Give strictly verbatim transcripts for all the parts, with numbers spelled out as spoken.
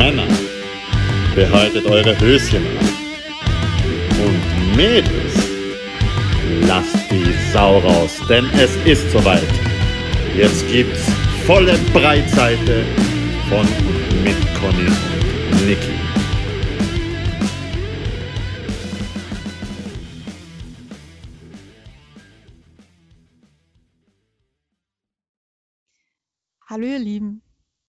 Männer, behaltet eure Höschen an. Und Mädels, lasst die Sau raus, denn es ist soweit. Jetzt gibt's volle Breitseite von und mit Conny und Niki. Hallo ihr Lieben,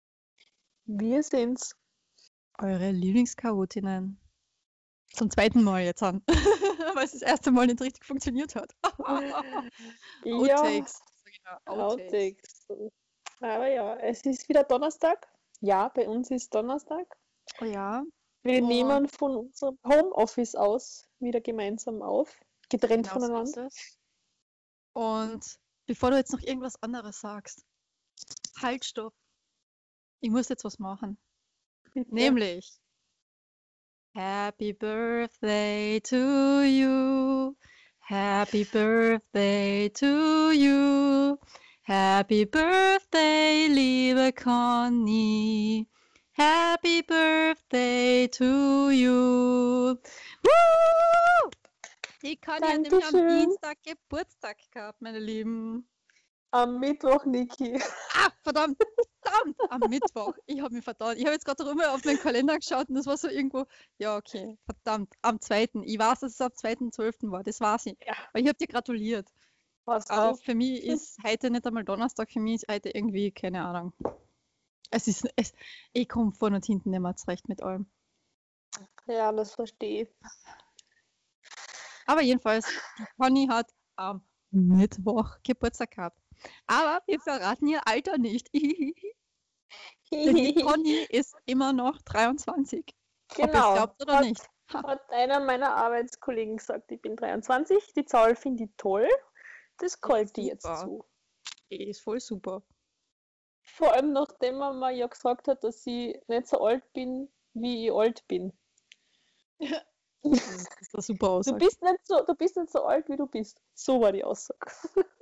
Wir sind's. eure Lieblingschaotinnen. Zum zweiten Mal jetzt an, weil es das erste Mal nicht richtig funktioniert hat. Ja, Outtakes. Genau, Outtakes. Outtakes. Aber ja, es ist wieder Donnerstag. Ja, bei uns ist Donnerstag. Oh ja, Wir Und- nehmen von unserem Homeoffice aus wieder gemeinsam auf, getrennt genau so voneinander. ist es. Und bevor du jetzt noch irgendwas anderes sagst, halt, stopp. Ich muss jetzt was machen. Bitte. Nämlich Happy Birthday to you. Happy Birthday to you. Happy Birthday, liebe Conny. Happy Birthday to you. Woo! Die Conny hat nämlich am Dankeschön. Dienstag Geburtstag gehabt, meine Lieben. Am Mittwoch, Niki. Ah, verdammt, verdammt, am Mittwoch. Ich habe mich verdammt. Ich habe jetzt gerade drüber auf meinen Kalender geschaut und das war so irgendwo, ja, okay, verdammt, am zweiten. Ich weiß, dass es am zweiten zwölften war, das weiß ich. Ja. Aber ich habe dir gratuliert. Was Aber du? für mich ist heute nicht einmal Donnerstag, für mich ist heute irgendwie, keine Ahnung. Es ist, es, ich komme vorne und hinten nicht mehr zurecht mit allem. Ja, das verstehe ich. Aber jedenfalls, die Conny hat am Mittwoch Geburtstag gehabt. Aber wir verraten ihr Alter nicht. Denn die Conny ist immer noch dreiundzwanzig. Ob ihr es Genau. glaubt oder Hat- nicht. Ha. Hat einer meiner Arbeitskollegen gesagt, ich bin dreiundzwanzig. Die Zahl finde ich toll. Das kalt die jetzt super. zu. Ist voll super. Vor allem nachdem er mir ja gesagt hat, dass ich nicht so alt bin, wie ich alt bin. Das ist eine super Du Aussage. bist nicht so, du bist nicht so alt, wie du bist. So war die Aussage.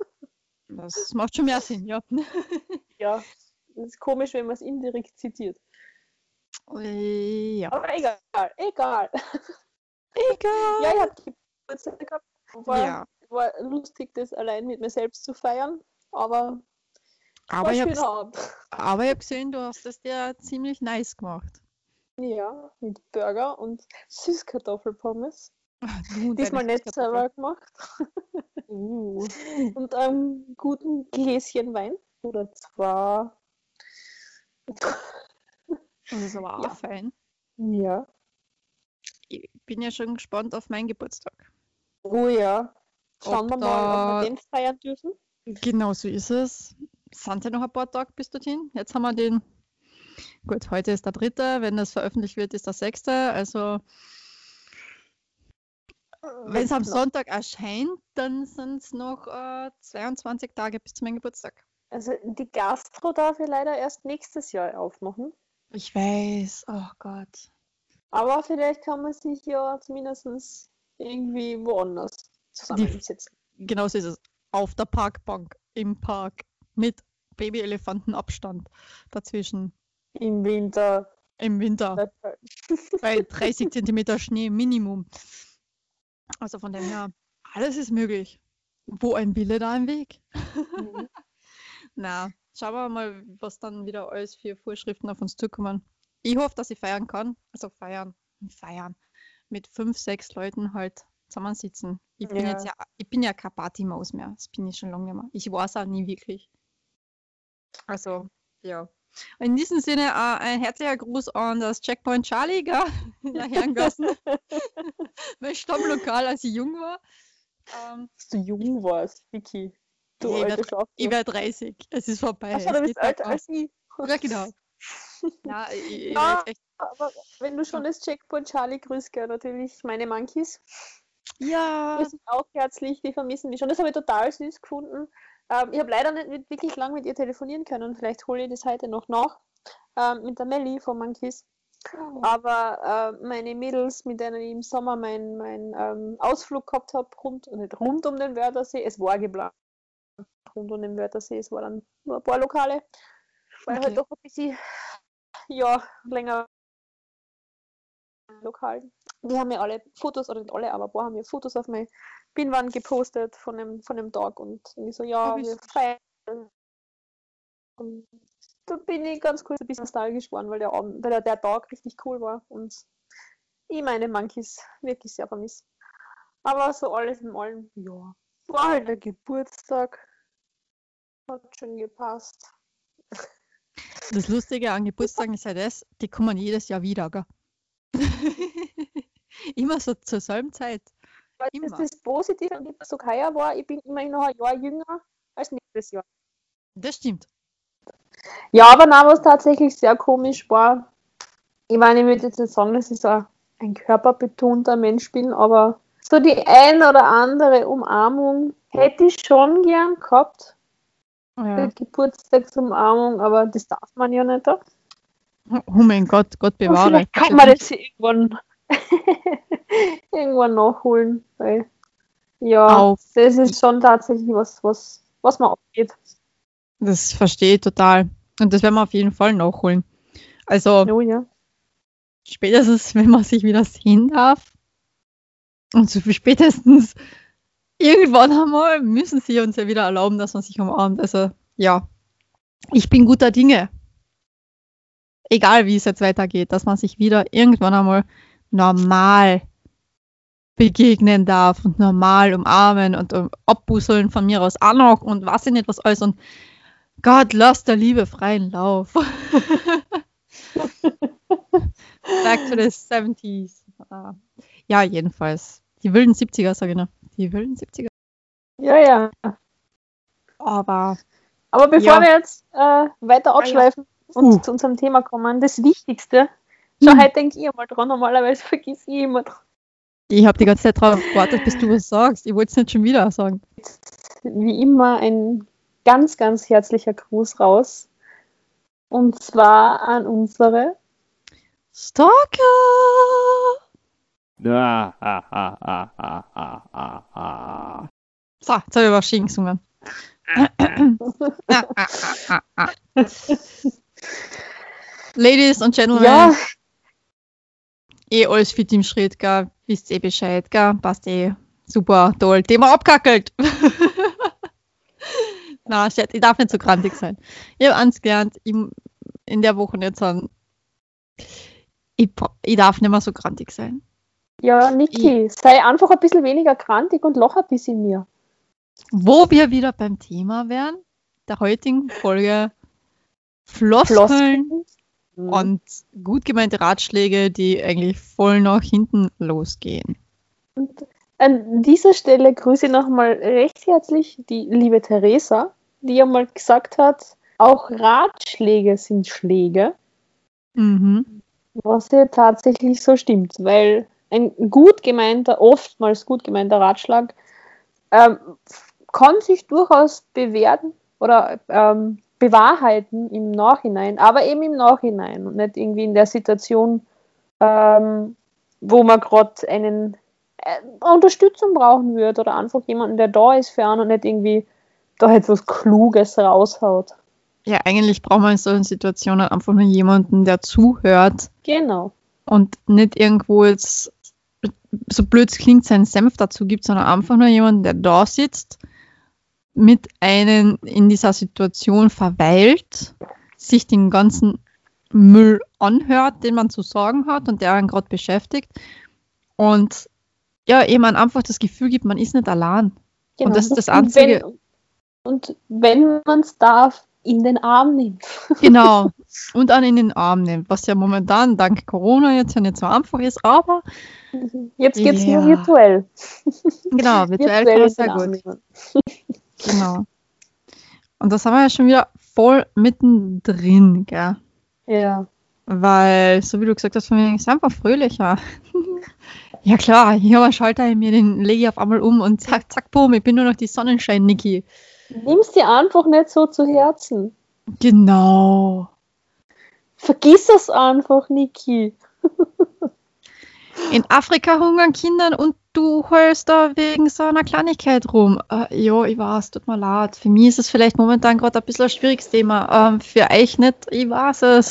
Das macht schon mehr Sinn, ja. Ja, das ist komisch, wenn man es indirekt zitiert. Äh, ja. Aber egal, egal. Egal. Ja, ich habe Geburtstag gehabt. War, Ja. war lustig, das allein mit mir selbst zu feiern. Aber war Aber ein ich habe schöner Abend. aber ich hab gesehen, du hast es dir ziemlich nice gemacht. Ja, mit Burger und Süßkartoffelpommes. Du und Diesmal deine nicht selber gemacht. Uh. Und einem guten Gläschen Wein. Oder zwei. Das ist aber auch Ja. fein. Ja. Ich bin ja schon gespannt auf meinen Geburtstag. Oh ja. Schauen Ob wir mal, ob da- wir den feiern dürfen. Genau so ist es. Es sind ja noch ein paar Tage bis dorthin. Jetzt haben wir den. Gut, heute ist der dritte. Wenn das veröffentlicht wird, ist der sechste. Also, wenn es am Noch- Sonntag erscheint, dann sind es noch äh, zweiundzwanzig Tage bis zu meinem Geburtstag. Also die Gastro darf ja leider erst nächstes Jahr aufmachen. Ich weiß. Oh Gott. Aber vielleicht kann man sich ja zumindest irgendwie woanders zusammensetzen. Genau so ist es. Auf der Parkbank im Park mit Babyelefantenabstand dazwischen Im Winter. im Winter bei dreißig Zentimeter Schnee Minimum. Also von dem her, alles ist möglich. Wo ein Wille, da ein Weg. Mhm. Na, schauen wir mal, was dann wieder alles für Vorschriften auf uns zukommen. Ich hoffe, dass ich feiern kann. Also feiern, feiern. Mit fünf, sechs Leuten halt zusammensitzen. Ich bin Ja. jetzt ja, ich bin ja keine Partymaus mehr. Das bin ich schon lange nicht mehr. Ich war es auch nie wirklich. Also, ja. In diesem Sinne äh, ein herzlicher Gruß an das Checkpoint Charlie, gell? In der Herrengassen. Mein Stammlokal, als ich jung war. Ähm, Dass du jung warst, Vicky. Du Ja, ich alte werd- Schaffe. ich werde dreißig. Es ist vorbei. Achso, es du bist geht älter bergab. als ich. Ja, genau. Ja, ich, ich Ja. werd echt. Aber wenn du schon das Checkpoint Charlie grüßt, gell, natürlich meine Monkeys. Ja. Wir sind auch herzlich, die vermissen die schon. Das habe ich total süß gefunden. Ähm, ich habe leider nicht mit- wirklich lang mit ihr telefonieren können. Vielleicht hole ich das heute noch nach. Ähm, mit der Melli von Monkeys. Aber äh, meine Mädels, mit denen ich im Sommer meinen mein, ähm, Ausflug gehabt habe, rund, nicht rund um den Wörthersee, es war geplant rund um den Wörthersee, es waren dann nur ein paar Lokale, weil Okay. halt doch ein bisschen ja, länger Lokalen. Die haben ja alle Fotos, oder nicht alle, aber ein paar haben ja Fotos auf meine Pinnwand gepostet von dem, von dem Tag und ich so, ja, Oh, wie wir süß. feiern. Und da bin ich ganz kurz ein bisschen nostalgisch geworden, weil der, Abend, weil der, der Tag richtig cool war und ich meine Monkeys wirklich sehr vermisse. Aber so alles in allem, ja, war halt der Geburtstag. Hat schon gepasst. Das Lustige an Geburtstagen ist ja das, die kommen jedes Jahr wieder, gell? Immer so zur selben Zeit. Weil Immer. das das Positive an Geburtstag heuer war, ich bin immerhin noch ein Jahr jünger als nächstes Jahr. Das stimmt. Ja, aber nein, was tatsächlich sehr komisch war, ich meine, ich würde jetzt nicht sagen, dass ich so ein körperbetonter Mensch bin, aber so die ein oder andere Umarmung hätte ich schon gern gehabt. Ja. Die Geburtstagsumarmung, aber das darf man ja nicht. Da. Oh mein Gott, Gott Und bewahre. vielleicht kann man das irgendwann, irgendwann nachholen, weil ja, Auf. das ist schon tatsächlich was, was, was man abgeht. Das verstehe ich total. Und das werden wir auf jeden Fall nachholen. Also Oh, ja. spätestens, wenn man sich wieder sehen darf. Und so viel spätestens irgendwann einmal müssen sie uns ja wieder erlauben, dass man sich umarmt. Also ja, ich bin guter Dinge. Egal wie es jetzt weitergeht, dass man sich wieder irgendwann einmal normal begegnen darf und normal umarmen und um, abbusseln von mir aus auch noch und weiß ich nicht was alles und Gott, lass der Liebe freien Lauf. Back to the seventies. Ah. Ja, jedenfalls. Die wilden siebziger, sage ich noch. Die wilden siebziger. Ja, ja. Aber Aber bevor Ja. wir jetzt äh, weiter abschweifen und Uh. zu unserem Thema kommen, das Wichtigste, schau, Hm. heute denke ich einmal dran, normalerweise vergiss ich immer dran. ich habe die ganze Zeit drauf gewartet, bis du was sagst. Ich wollte es nicht schon wieder sagen. Wie immer ein ganz, ganz herzlicher Gruß raus. Und zwar an unsere Stalker! Ah, ah, ah, ah, ah, ah, ah, ah. So, jetzt habe ich aber schön gesungen. ah, ah, ah, ah, ah. Ladies und Gentlemen, Ja, eh alles fit im Schritt, gell? Wisst eh Bescheid, gell? Passt eh. Super, toll. Thema abkackelt. Na, shit, ich darf nicht so grantig sein. Ich habe eins gelernt, ich, in der Woche nicht sagen, ich, bra- ich darf nicht mehr so grantig sein. ja, Niki, sei einfach ein bisschen weniger krantig und lach ein bisschen mehr. Wo wir wieder beim Thema wären, der heutigen Folge Floskeln Mhm. und gut gemeinte Ratschläge, die eigentlich voll nach hinten losgehen. Und an dieser Stelle grüße ich nochmal recht herzlich die liebe Theresa, die ja mal gesagt hat, auch Ratschläge sind Schläge, Mhm. was ja tatsächlich so stimmt, weil ein gut gemeinter, oftmals gut gemeinter Ratschlag ähm, kann sich durchaus bewähren oder ähm, bewahrheiten im Nachhinein, aber eben im Nachhinein und nicht irgendwie in der Situation, ähm, wo man gerade einen äh, Unterstützung brauchen würde oder einfach jemanden, der da ist für einen und nicht irgendwie da jetzt was Kluges raushaut. Ja, eigentlich braucht man in solchen Situationen einfach nur jemanden, der zuhört Genau. und nicht irgendwo jetzt, so blöd es klingt, seinen Senf dazu gibt, sondern einfach nur jemanden, der da sitzt, mit einem in dieser Situation verweilt, sich den ganzen Müll anhört, den man zu sagen hat und der einen gerade beschäftigt und ja, eben einfach das Gefühl gibt, man ist nicht allein. genau. Und das ist das Und Einzige. wenn, und wenn man es darf, in den Arm nimmt. Genau. Und dann in den Arm nimmt, was ja momentan dank Corona jetzt ja nicht so einfach ist, aber Jetzt geht es Ja. nur virtuell. genau, virtuell kann in man den sehr Arm gut. nehmen. Genau. Und das haben wir ja schon wieder voll mittendrin, gell? Ja. Weil, so wie du gesagt hast, von mir ist einfach fröhlicher. Ja klar, hier mal Schalter in mir, den lege ich auf einmal um und zack, zack, boom, ich bin nur noch die Sonnenschein-Niki. Nimm's dir einfach nicht so zu Herzen. Genau. Vergiss es einfach, Niki. In Afrika hungern Kindern und du heulst da wegen so einer Kleinigkeit rum. Äh, ja, ich weiß, tut mir leid. Für mich ist es vielleicht momentan gerade ein bisschen ein schwieriges Thema. Ähm, für euch nicht, ich weiß es.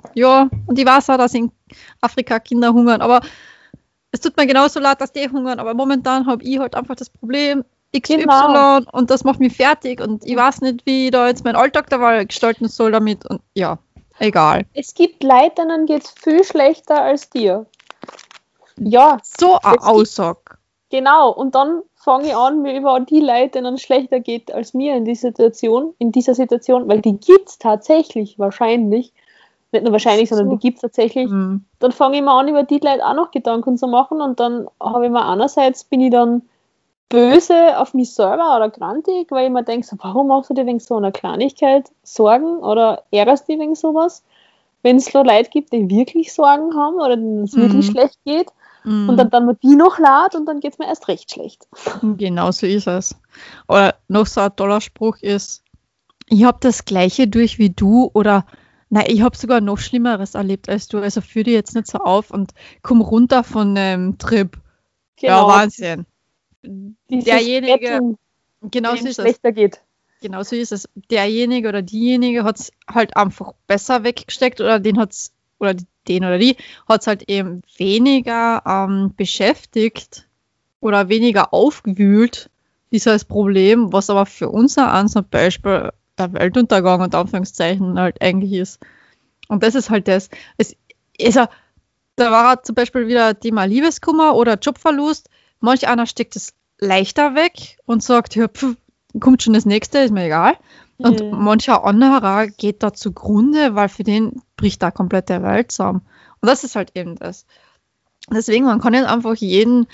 ja, und ich weiß auch, dass in Afrika Kinder hungern, aber es tut mir genauso leid, dass die hungern, aber momentan habe ich halt einfach das Problem X Y Genau. und das macht mich fertig und ich weiß nicht, wie ich da jetzt meinen Alltag dabei gestalten soll damit und ja, egal. Es gibt Leute, denen geht es viel schlechter als dir. Ja, So eine es gibt- Aussage. genau. Und dann fange ich an, mir über die Leute, denen es schlechter geht als mir in, die Situation, in dieser Situation, weil die gibt es tatsächlich, wahrscheinlich, nicht nur wahrscheinlich, sondern So. die gibt es tatsächlich, Hm. dann fange ich mir an, über die Leute auch noch Gedanken zu machen und dann habe ich mir einerseits, bin ich dann böse auf mich selber oder grantig, weil ich mir denke, so, warum machst du dir wegen so einer Kleinigkeit Sorgen oder ärgerst dich wegen sowas, wenn es so Leute gibt, die wirklich Sorgen haben oder denen es Mhm. wirklich schlecht geht Mhm. und dann, dann mir die noch lad und dann geht es mir erst recht schlecht. Genau so ist es. Oder noch so ein toller Spruch ist, ich habe das Gleiche durch wie du oder nein, ich habe sogar noch Schlimmeres erlebt als du, also führ dich jetzt nicht so auf und komm runter von dem Trip. Ja, Genau. Wahnsinn. Dieses derjenige- Betteln, Genau dem so es ist es. schlechter geht. Genau so ist es. Derjenige oder diejenige hat es halt einfach besser weggesteckt oder den hat's oder den oder die hat es halt eben weniger ähm, beschäftigt oder weniger aufgewühlt, dieses Problem, was aber für unser an zum Beispiel der Weltuntergang und Anführungszeichen halt eigentlich ist. Und das ist halt das. Es ist ja, da war zum Beispiel wieder Thema Liebeskummer oder Jobverlust. Manch einer steckt es leichter weg und sagt, ja, pf, kommt schon das nächste, ist mir egal. Und Mhm. mancher anderer geht da zugrunde, weil für den bricht da komplett der Welt zusammen. Und das ist halt eben das. Deswegen, man kann nicht einfach jeden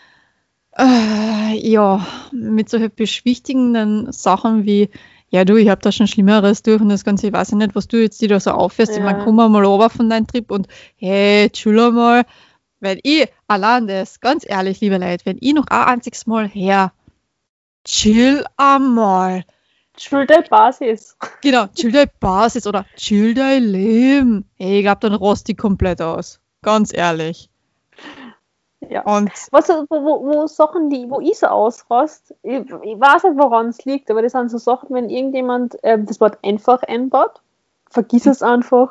äh, ja, mit so beschwichtigenden Sachen wie, ja du, ich hab da schon Schlimmeres durch und das Ganze, ich weiß ja nicht, was du jetzt dir da so auffährst. Ich meine, Ja. komm mal runter von deinem Trip und hey, chill mal. Wenn ich allein das, ganz ehrlich, liebe Leute, wenn ich noch ein einziges Mal her, chill einmal. Chill deine Basis. Genau, chill deine Basis oder chill dein Leben. Hey, ich glaube, dann rost die komplett aus. Ganz ehrlich. Ja. Und Was, wo, wo, wo Sachen, die, wo ich so ausrast, ich, ich weiß nicht, woran es liegt, aber das sind so Sachen, wenn irgendjemand ähm, das Wort einfach einbaut, vergiss es einfach.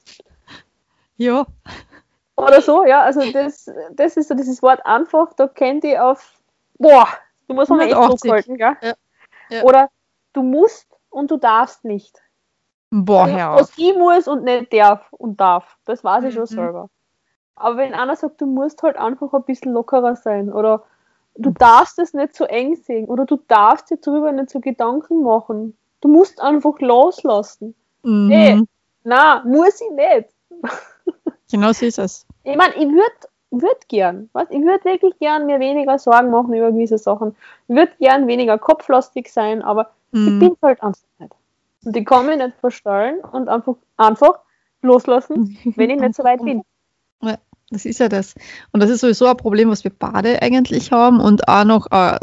ja, Oder so, ja, also das, das ist so dieses Wort einfach, da kennt ihr auf, boah, du musst mal echt hundertachtzig. zurückhalten, gell? Ja, ja. Oder du musst und du darfst nicht. boah, Herr Was auf. ich muss und nicht darf und darf, das weiß ich schon Mhm. selber. Aber wenn einer sagt, du musst halt einfach ein bisschen lockerer sein oder du darfst es nicht so eng sehen oder du darfst dir darüber nicht so Gedanken machen, du musst einfach loslassen. Mhm. Nee. Na, muss ich nicht. Genau so ist es. Ich meine, ich würde würd gern, was? Ich würde wirklich gern mir weniger Sorgen machen über gewisse Sachen. Ich würde gern weniger kopflastig sein, aber ich Mhm. bin halt einfach nicht. Und ich kann mich nicht verstellen und einfach, einfach loslassen, wenn ich nicht so weit bin. Ja, das ist ja das. Und das ist sowieso ein Problem, was wir beide eigentlich haben und auch noch ein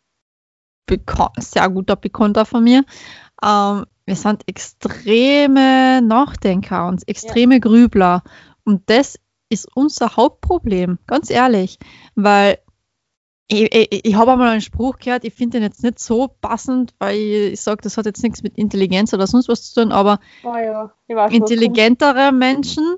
beka- sehr guter Bekannter von mir. Ähm, wir sind extreme Nachdenker und extreme Grübler. Und das ist unser Hauptproblem, ganz ehrlich. Weil ich, ich, ich habe einmal einen Spruch gehört, ich finde den jetzt nicht so passend, weil ich, ich sage, das hat jetzt nichts mit Intelligenz oder sonst was zu tun, aber Oh ja, ich weiß schon, was intelligentere Menschen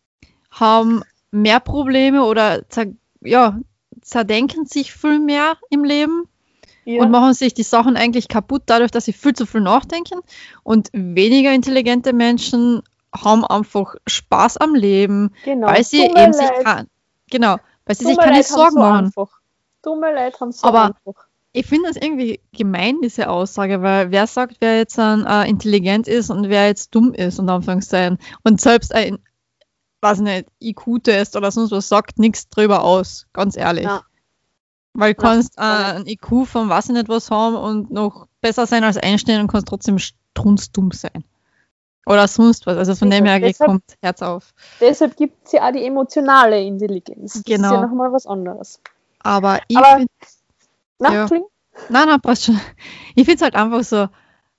haben mehr Probleme oder zer, ja, zerdenken sich viel mehr im Leben kommt. Ja, und machen sich die Sachen eigentlich kaputt dadurch, dass sie viel zu viel nachdenken. Und weniger intelligente Menschen haben einfach Spaß am Leben, genau. weil sie Dumme eben sich Leute- kann, genau, weil sie dumme sich keine Leute haben Sorgen so machen. einfach. Dumme Leute haben so Aber- einfach. Ich finde das irgendwie gemein, diese Aussage, weil wer sagt, wer jetzt ein, äh, intelligent ist und wer jetzt dumm ist, unter Anführungszeichen. Und selbst ein, weiß nicht, I Q-Test oder sonst was sagt nichts drüber aus, ganz ehrlich. Ja. Weil du Ja, kannst äh, gar ein I Q von weiß ich nicht was haben und noch besser sein als Einstein und kannst trotzdem strunzdumm sein. Oder sonst was. Also von Sicher. dem her Deshalb- kommt Herz auf. Deshalb gibt es ja auch die emotionale Intelligenz. Das Genau. ist ja nochmal was anderes. Aber ich Aber- finde, Na, Ja. Entschuldigung? nein, nein, passt schon. Ich finde es halt einfach so,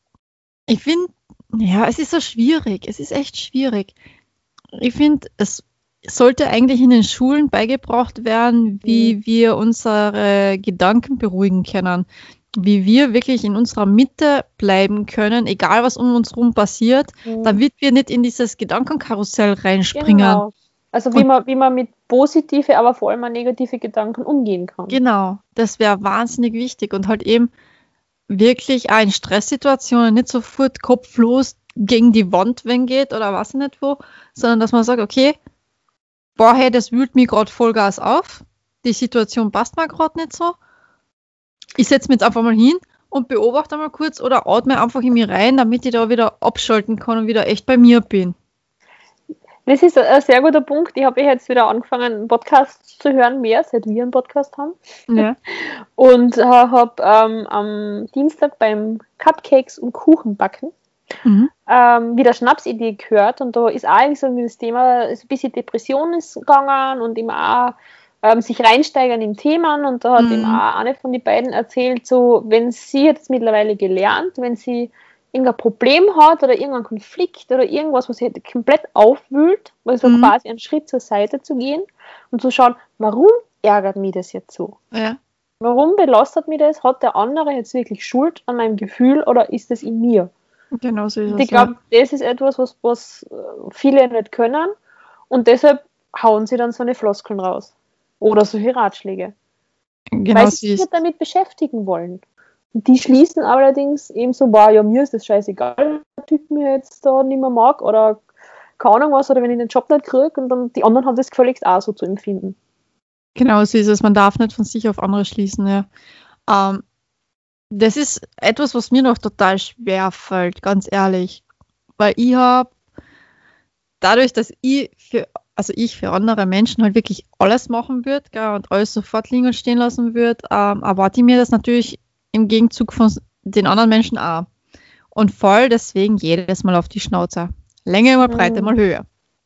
ich finde, ja, es ist so schwierig. Es ist echt schwierig. Ich finde, es sollte eigentlich in den Schulen beigebracht werden, wie Mhm. wir unsere Gedanken beruhigen können. wie wir wirklich in unserer Mitte bleiben können, egal was um uns herum passiert, Mhm. damit wir nicht in dieses Gedankenkarussell reinspringen. Genau. Also wie Und- man, wie man mit positive, aber vor allem auch negative Gedanken umgehen kann. Genau, das wäre wahnsinnig wichtig und halt eben wirklich auch in Stresssituationen nicht sofort kopflos gegen die Wand wenn geht oder was nicht wo, sondern dass man sagt, okay, boah, hey, das wühlt mich gerade Vollgas auf, die Situation passt mir gerade nicht so. Ich setze mich jetzt einfach mal hin und beobachte mal kurz oder atme einfach in mich rein, damit ich da wieder abschalten kann und wieder echt bei mir bin. Das ist ein sehr guter Punkt. Ich habe jetzt wieder angefangen, einen Podcast zu hören, mehr, seit wir einen Podcast haben. Ja. Und äh, habe ähm, am Dienstag beim Cupcakes und Kuchen backen Mhm. ähm, wieder Schnapsidee gehört. Und da ist auch irgendwie so das Thema, so ein bisschen Depression ist gegangen und immer auch ähm, sich reinsteigern in Themen. Und da hat Mhm. ihm auch eine von den beiden erzählt, so, wenn sie jetzt mittlerweile gelernt, wenn sie irgendein Problem hat oder irgendeinen Konflikt oder irgendwas, was sie halt komplett aufwühlt, also Mhm. quasi einen Schritt zur Seite zu gehen und zu schauen, warum ärgert mich das jetzt so? Ja. Warum belastet mich das? Hat der andere jetzt wirklich Schuld an meinem Gefühl oder ist es in mir? Genau so ist Und es. ich glaube, das ist etwas, was, was äh, viele nicht können und deshalb hauen sie dann so eine Floskeln raus. Oder solche Ratschläge. ja. Genau Weil so sie sich ist nicht damit beschäftigen wollen. Und die schließen allerdings eben so, wow, ja, mir ist das scheißegal, der Typ mir jetzt da nicht mehr mag oder keine Ahnung was, oder wenn ich den Job nicht kriege und dann die anderen haben das gefälligst auch so zu empfinden. Genau so ist es. Man darf nicht von sich auf andere schließen. Ja. Ähm, das ist etwas, was mir noch total schwer fällt, ganz ehrlich. Weil ich habe, dadurch, dass ich für, also ich für andere Menschen halt wirklich alles machen würde und alles sofort liegen und stehen lassen würde, ähm, erwarte ich mir das natürlich im Gegenzug von den anderen Menschen auch. Und voll deswegen jedes Mal auf die Schnauze. Länge mal Breite Mhm. mal Höhe.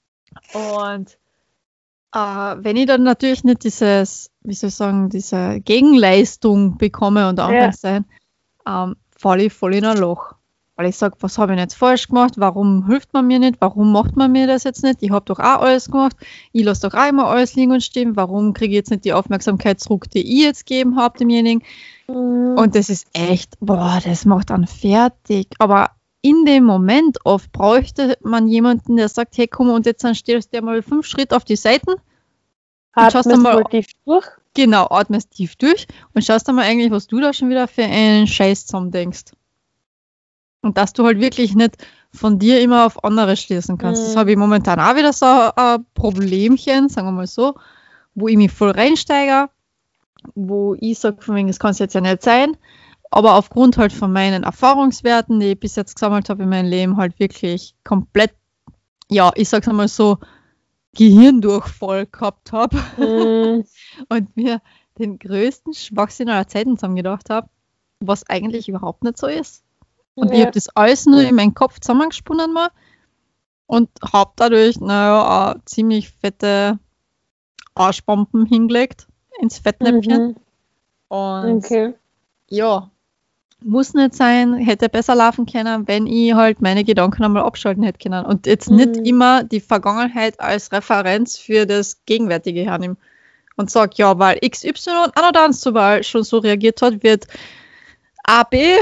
Und äh, wenn ich dann natürlich nicht dieses, wie soll ich sagen, diese Gegenleistung bekomme und Anführungszeichen, ähm, falle ich voll in ein Loch. Weil ich sage, was habe ich jetzt falsch gemacht? Warum hilft man mir nicht? Warum macht man mir das jetzt nicht? Ich habe doch auch alles gemacht. Ich lasse doch auch immer alles liegen und stehen. Warum kriege ich jetzt nicht die Aufmerksamkeit zurück, die ich jetzt gegeben habe demjenigen? Mhm. Und das ist echt, boah, das macht dann fertig. Aber in dem Moment oft bräuchte man jemanden, der sagt, hey, komm, und jetzt dann stellst du dir mal fünf Schritte auf die Seiten. schaust Atmest dann mal- mal tief durch. Genau, atmest tief durch und schaust dann mal eigentlich, was du da schon wieder für einen Scheiß zusammen denkst. Und dass du halt wirklich nicht von dir immer auf andere schließen kannst. Das Mhm. habe ich momentan auch wieder so ein Problemchen, sagen wir mal so, wo ich mich voll reinsteige, wo ich sage, von wegen, das kann es jetzt ja nicht sein, aber aufgrund halt von meinen Erfahrungswerten, die ich bis jetzt gesammelt habe in meinem Leben, halt wirklich komplett, ja, ich sag's einmal so, Gehirndurchfall gehabt habe Mhm. und mir den größten Schwachsinn aller Zeiten zusammen gedacht habe, was eigentlich überhaupt nicht so ist. Und ich Ja. habe das alles nur in meinen Kopf zusammengesponnen mal und habe dadurch, naja, eine ziemlich fette Arschbomben hingelegt ins Fettnäpfchen. Mhm. Und Okay. ja, muss nicht sein, hätte besser laufen können, wenn ich halt meine Gedanken einmal abschalten hätte können. Und jetzt nicht Mhm. immer die Vergangenheit als Referenz für das Gegenwärtige hernehme. Und sag, ja, weil X Y an der Wahl schon so reagiert hat, wird A, B,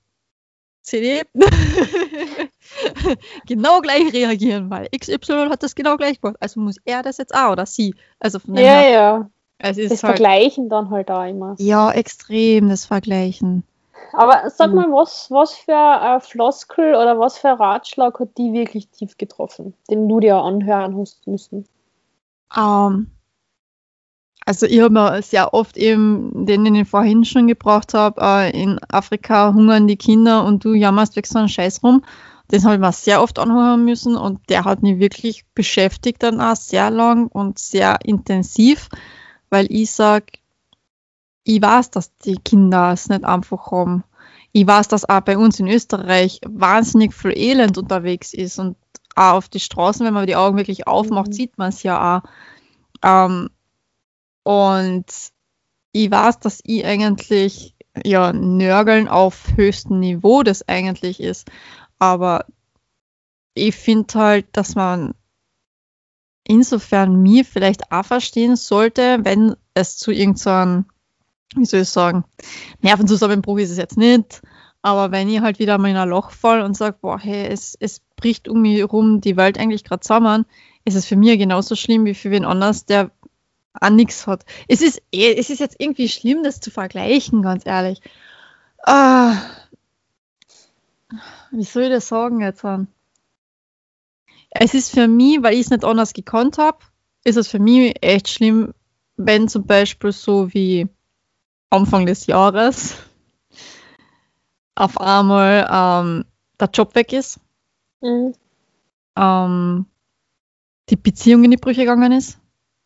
C, D genau gleich reagieren, weil X Y hat das genau gleich gemacht. Also muss er das jetzt auch oder sie. Also von dem Ja, her, ja. es ist Das halt, Vergleichen dann halt auch immer. ja, extrem das Vergleichen. Aber sag Mhm. mal, was, was für ein Floskel oder was für ein Ratschlag hat die wirklich tief getroffen, den du dir anhören hast müssen? Ähm, also ich habe mir sehr oft eben, den, den ich vorhin schon gebracht habe, äh, in Afrika hungern die Kinder und du jammerst weg so einen Scheiß rum. Den habe ich mir sehr oft anhören müssen und der hat mich wirklich beschäftigt dann auch sehr lang und sehr intensiv, weil ich sage, ich weiß, dass die Kinder es nicht einfach haben. Ich weiß, dass auch bei uns in Österreich wahnsinnig viel Elend unterwegs ist und auch auf die Straßen, wenn man die Augen wirklich aufmacht, Mhm. sieht man es ja auch. Ähm, und ich weiß, dass ich eigentlich, ja, Nörgeln auf höchstem Niveau das eigentlich ist. Aber ich finde halt, dass man insofern mir vielleicht auch verstehen sollte, wenn es zu irgendeinem wie soll ich sagen, Nervenzusammenbruch ist es jetzt nicht, aber wenn ich halt wieder mal in ein Loch falle und sage, boah, hey, es, es bricht um mich rum die Welt eigentlich gerade zusammen, ist es für mich genauso schlimm wie für wen anders, der auch nichts hat. Es ist, eh, es ist jetzt irgendwie schlimm, das zu vergleichen, ganz ehrlich. Ah, wie soll ich das sagen jetzt? Es ist für mich, weil ich es nicht anders gekonnt habe, ist es für mich echt schlimm, wenn zum Beispiel so wie Anfang des Jahres auf einmal ähm, der Job weg ist, Mhm. ähm, die Beziehung in die Brüche gegangen ist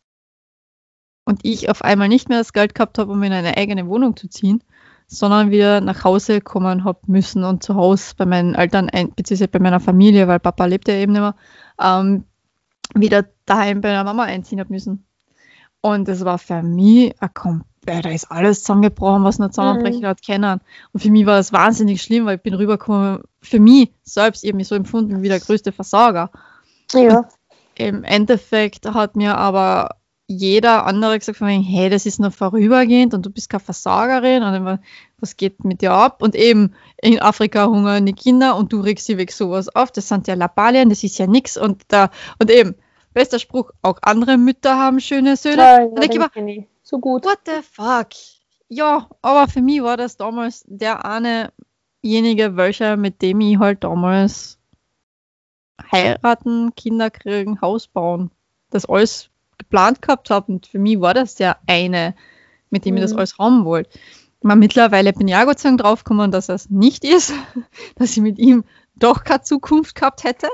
und ich auf einmal nicht mehr das Geld gehabt habe, um in eine eigene Wohnung zu ziehen, sondern wieder nach Hause kommen habe müssen und zu Hause bei meinen Eltern, ein, beziehungsweise bei meiner Familie, weil Papa lebt ja eben nicht mehr, ähm, wieder daheim bei der Mama einziehen habe müssen. Und das war für mich ein komplett, da ist alles zusammengebrochen, was noch zusammenbrechen Mhm. hat können. Und für mich war das wahnsinnig schlimm, weil ich bin rübergekommen, für mich selbst eben so empfunden wie der größte Versager. Ja. Im Endeffekt hat mir aber jeder andere gesagt von wegen, hey, das ist nur vorübergehend und du bist keine Versagerin und immer, was geht mit dir ab? Und eben in Afrika hungern die Kinder und du regst sie weg sowas auf, das sind ja Lappalien, das ist ja nix und da, und eben, bester Spruch, auch andere Mütter haben schöne Söhne. Ja, Und ja, ich den war, kenn ich. So gut. what the fuck? Ja, aber für mich war das damals der einejenige, welcher, mit dem ich halt damals heiraten, Kinder kriegen, Haus bauen, das alles geplant gehabt habe. Und für mich war das der eine, mit dem ich das Mhm. alles haben wollte. Ich meine, mittlerweile bin ich auch Gott sei Dank draufgekommen, dass das nicht ist, dass ich mit ihm doch keine Zukunft gehabt hätte.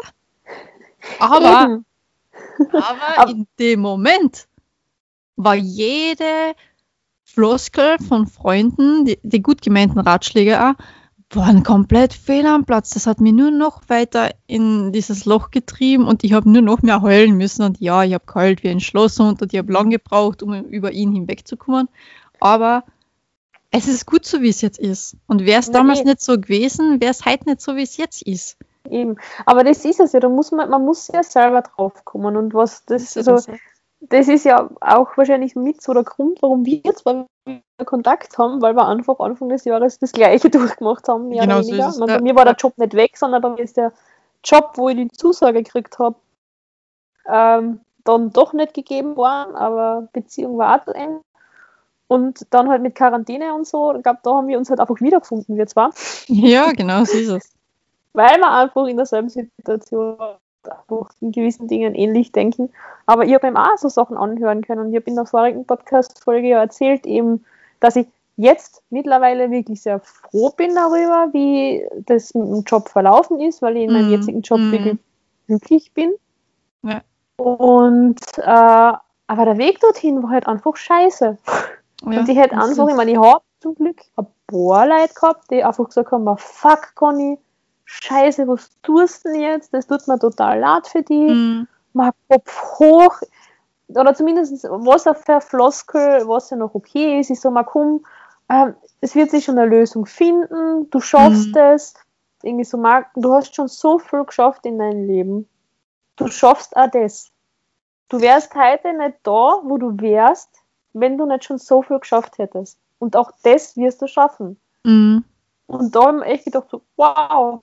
Aber, Eben. aber Ab- in dem Moment war jede Floskel von Freunden, die, die gut gemeinten Ratschläge auch, waren komplett fehl am Platz. Das hat mich nur noch weiter in dieses Loch getrieben und ich habe nur noch mehr heulen müssen. Und ja, ich habe geheult wie ein Schlosshund und ich habe lang gebraucht, um über ihn hinwegzukommen. Aber es ist gut so, wie es jetzt ist. Und wäre es Na, damals eh. nicht so gewesen, wäre es heute nicht so, wie es jetzt ist. Eben. Aber das ist es ja, da muss man, man muss ja selber draufkommen. Und was das, Das ist also, so. das ist ja auch wahrscheinlich mit so der Grund, warum wir zwei Kontakt haben, weil wir einfach Anfang des Jahres das Gleiche durchgemacht haben, mehr Genau oder so weniger. ist es, Ich meine, ja. bei mir war der Job nicht weg, sondern bei mir ist der Job, wo ich die Zusage gekriegt habe, ähm, dann doch nicht gegeben worden, aber Beziehung war auch zu Ende. Und dann halt mit Quarantäne und so, ich glaube, da haben wir uns halt einfach wiedergefunden, wir zwei. Ja, genau so ist es. Weil wir einfach in derselben Situation einfach in gewissen Dingen ähnlich denken. Aber ich habe ihm auch so Sachen anhören können. Und ich habe in der vorigen Podcast-Folge ja erzählt, eben, dass ich jetzt mittlerweile wirklich sehr froh bin darüber, wie das mit dem Job verlaufen ist, weil ich in meinem Mm, jetzigen Job mm. wirklich glücklich bin. Ja. Und äh, aber der Weg dorthin war halt einfach scheiße. Ja, Und ich hätte das einfach, ist- ich meine, ich habe zum Glück ein paar Leute gehabt, die einfach gesagt haben, fuck Conny, scheiße, was tust du denn jetzt? Das tut mir total leid für dich. Mm, Mach Kopf hoch. Oder zumindest, was auf der Floskel, was ja noch okay ist, ist so, mal komm, ähm, es wird sich schon eine Lösung finden, du schaffst Mhm. es. Irgendwie so, Marc, du hast schon so viel geschafft in deinem Leben. Du schaffst auch das. Du wärst heute nicht da, wo du wärst, wenn du nicht schon so viel geschafft hättest. Und auch das wirst du schaffen. mm. Und da habe ich echt gedacht, so, wow,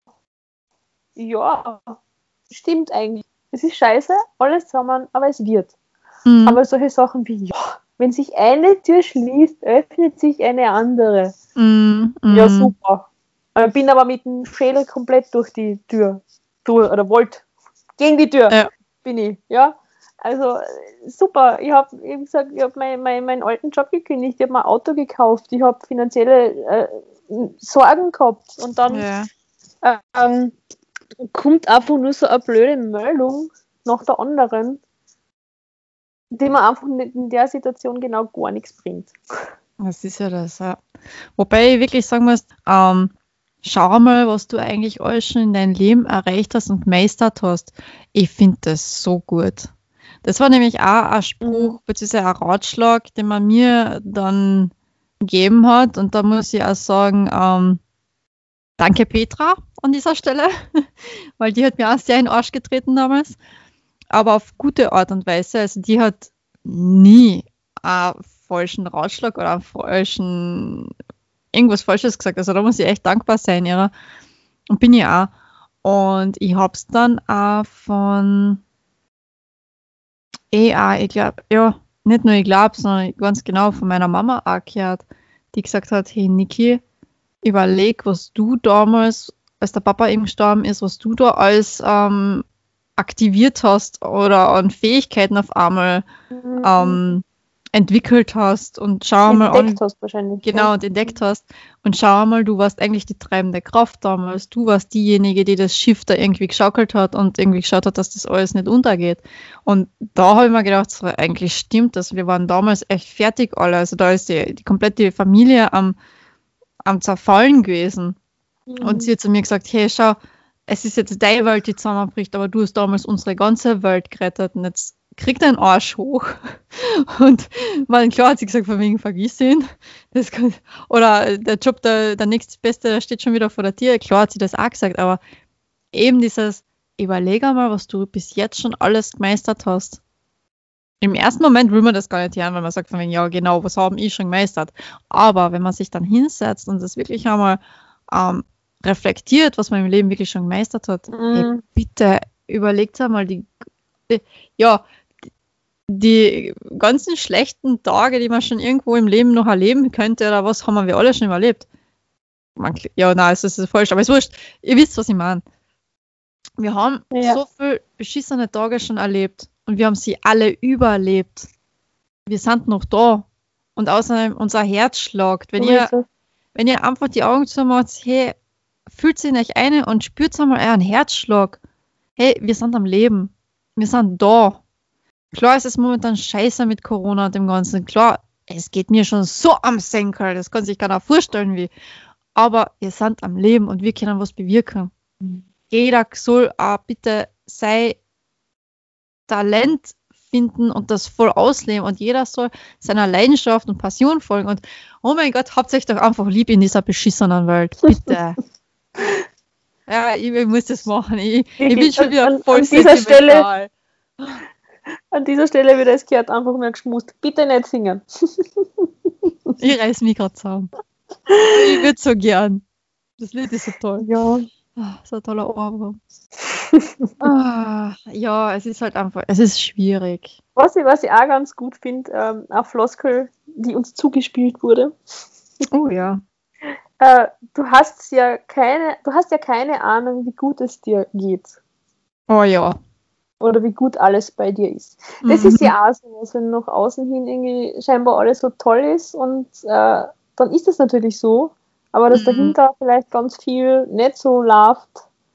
ja, stimmt eigentlich. Es ist scheiße, alles zusammen, aber es wird. Mm. Aber solche Sachen wie, ja, wenn sich eine Tür schließt, öffnet sich eine andere. Mm, mm. Ja, super. Ich bin aber mit dem Schädel komplett durch die Tür. Durch, oder wollte. Gegen die Tür Ja. bin ich, ja. Also äh, super. Ich habe eben gesagt, ich habe mein, mein, meinen alten Job gekündigt, ich habe mein Auto gekauft, ich habe finanzielle äh, Sorgen gehabt und dann Ja. äh, ähm, kommt einfach nur so eine blöde Meldung nach der anderen, die mir einfach nicht in der Situation genau gar nichts bringt. Das ist ja das, ja. Wobei ich wirklich sagen muss, ähm, schau mal, was du eigentlich alles schon in deinem Leben erreicht hast und gemeistert hast. Ich finde das so gut. Das war nämlich auch ein Spruch, Mhm. beziehungsweise ein Ratschlag, den man mir dann gegeben hat. Und da muss ich auch sagen, ähm, danke Petra an dieser Stelle, weil die hat mir auch sehr in den Arsch getreten damals. Aber auf gute Art und Weise. Also die hat nie äh, falschen Ratschlag oder einen falschen, irgendwas Falsches gesagt. Also da muss ich echt dankbar sein, ihrer. Und bin ich auch. Und ich hab's dann auch von, eh auch, ich glaube, ja, nicht nur ich glaube, sondern ganz genau von meiner Mama auch gehört, die gesagt hat, hey Niki, überleg, was du damals, als der Papa eben gestorben ist, was du da alles ähm, aktiviert hast oder an Fähigkeiten auf einmal Mhm. ähm, entwickelt hast und schau mal an, Entdeckt hast wahrscheinlich. genau, Ja. und entdeckt hast und schau mal, du warst eigentlich die treibende Kraft damals, du warst diejenige, die das Schiff da irgendwie geschaukelt hat und irgendwie geschaut hat, dass das alles nicht untergeht. Und da habe ich mir gedacht, so, eigentlich stimmt das, wir waren damals echt fertig alle, also da ist die, die komplette Familie am, am Zerfallen gewesen. Und Mhm. sie hat zu mir gesagt, hey, schau, es ist jetzt deine Welt, die zusammenbricht, aber du hast damals unsere ganze Welt gerettet und jetzt krieg deinen Arsch hoch. Und man, klar hat sie gesagt, von wegen, vergiss ihn. Das kann, oder der Job, der, der nächstbeste, der steht schon wieder vor der Tür. Klar hat sie das auch gesagt, aber eben dieses, überleg einmal, was du bis jetzt schon alles gemeistert hast. Im ersten Moment will man das gar nicht hören, weil man sagt von wegen, ja genau, was haben ich schon gemeistert. Aber wenn man sich dann hinsetzt und das wirklich einmal ähm, reflektiert, was man im Leben wirklich schon gemeistert hat, hey, Mhm. bitte überlegt einmal die, die, ja, die ganzen schlechten Tage, die man schon irgendwo im Leben noch erleben könnte, oder was haben wir alle schon überlebt. Man, ja, nein, es ist falsch, aber es ist wurscht. Ihr wisst, was ich meine. Wir haben Ja. so viele beschissene Tage schon erlebt und wir haben sie alle überlebt. Wir sind noch da. Und außerdem unser Herz schlagt. Wenn So ihr ist es. wenn ihr einfach die Augen zumacht, hey, fühlt sie in euch ein und spürt einmal euren Herzschlag. Hey, wir sind am Leben. Wir sind da. Klar, es ist momentan scheiße mit Corona und dem Ganzen. Klar, es geht mir schon so am Senkel. Das kann sich keiner vorstellen, wie. Aber wir sind am Leben und wir können was bewirken. Jeder soll auch bitte sein Talent finden und das voll ausleben und jeder soll seiner Leidenschaft und Passion folgen und oh mein Gott, habt euch doch einfach lieb in dieser beschissenen Welt, bitte. Ja, ich, ich muss das machen, ich, ich bin schon wieder An- voll an dieser sentimental. An dieser Stelle wird es gehört einfach mehr geschmust. Bitte nicht singen. Ich reiß mich gerade zusammen. Ich würde so gern. Das Lied ist so toll. Ja. Ah, so ein toller Ohrwurm. Ah, ja, es ist halt einfach, es ist schwierig. Was ich, was ich auch ganz gut finde, ähm, eine Floskel, die uns zugespielt wurde. Oh ja. Äh, du hast ja keine, du hast ja keine Ahnung, wie gut es dir geht. Oh ja. Oder wie gut alles bei dir ist. Das Mhm. ist ja auch so, was wenn nach außen hin irgendwie scheinbar alles so toll ist und äh, dann ist das natürlich so, aber dass Mhm. dahinter vielleicht ganz viel nicht so läuft,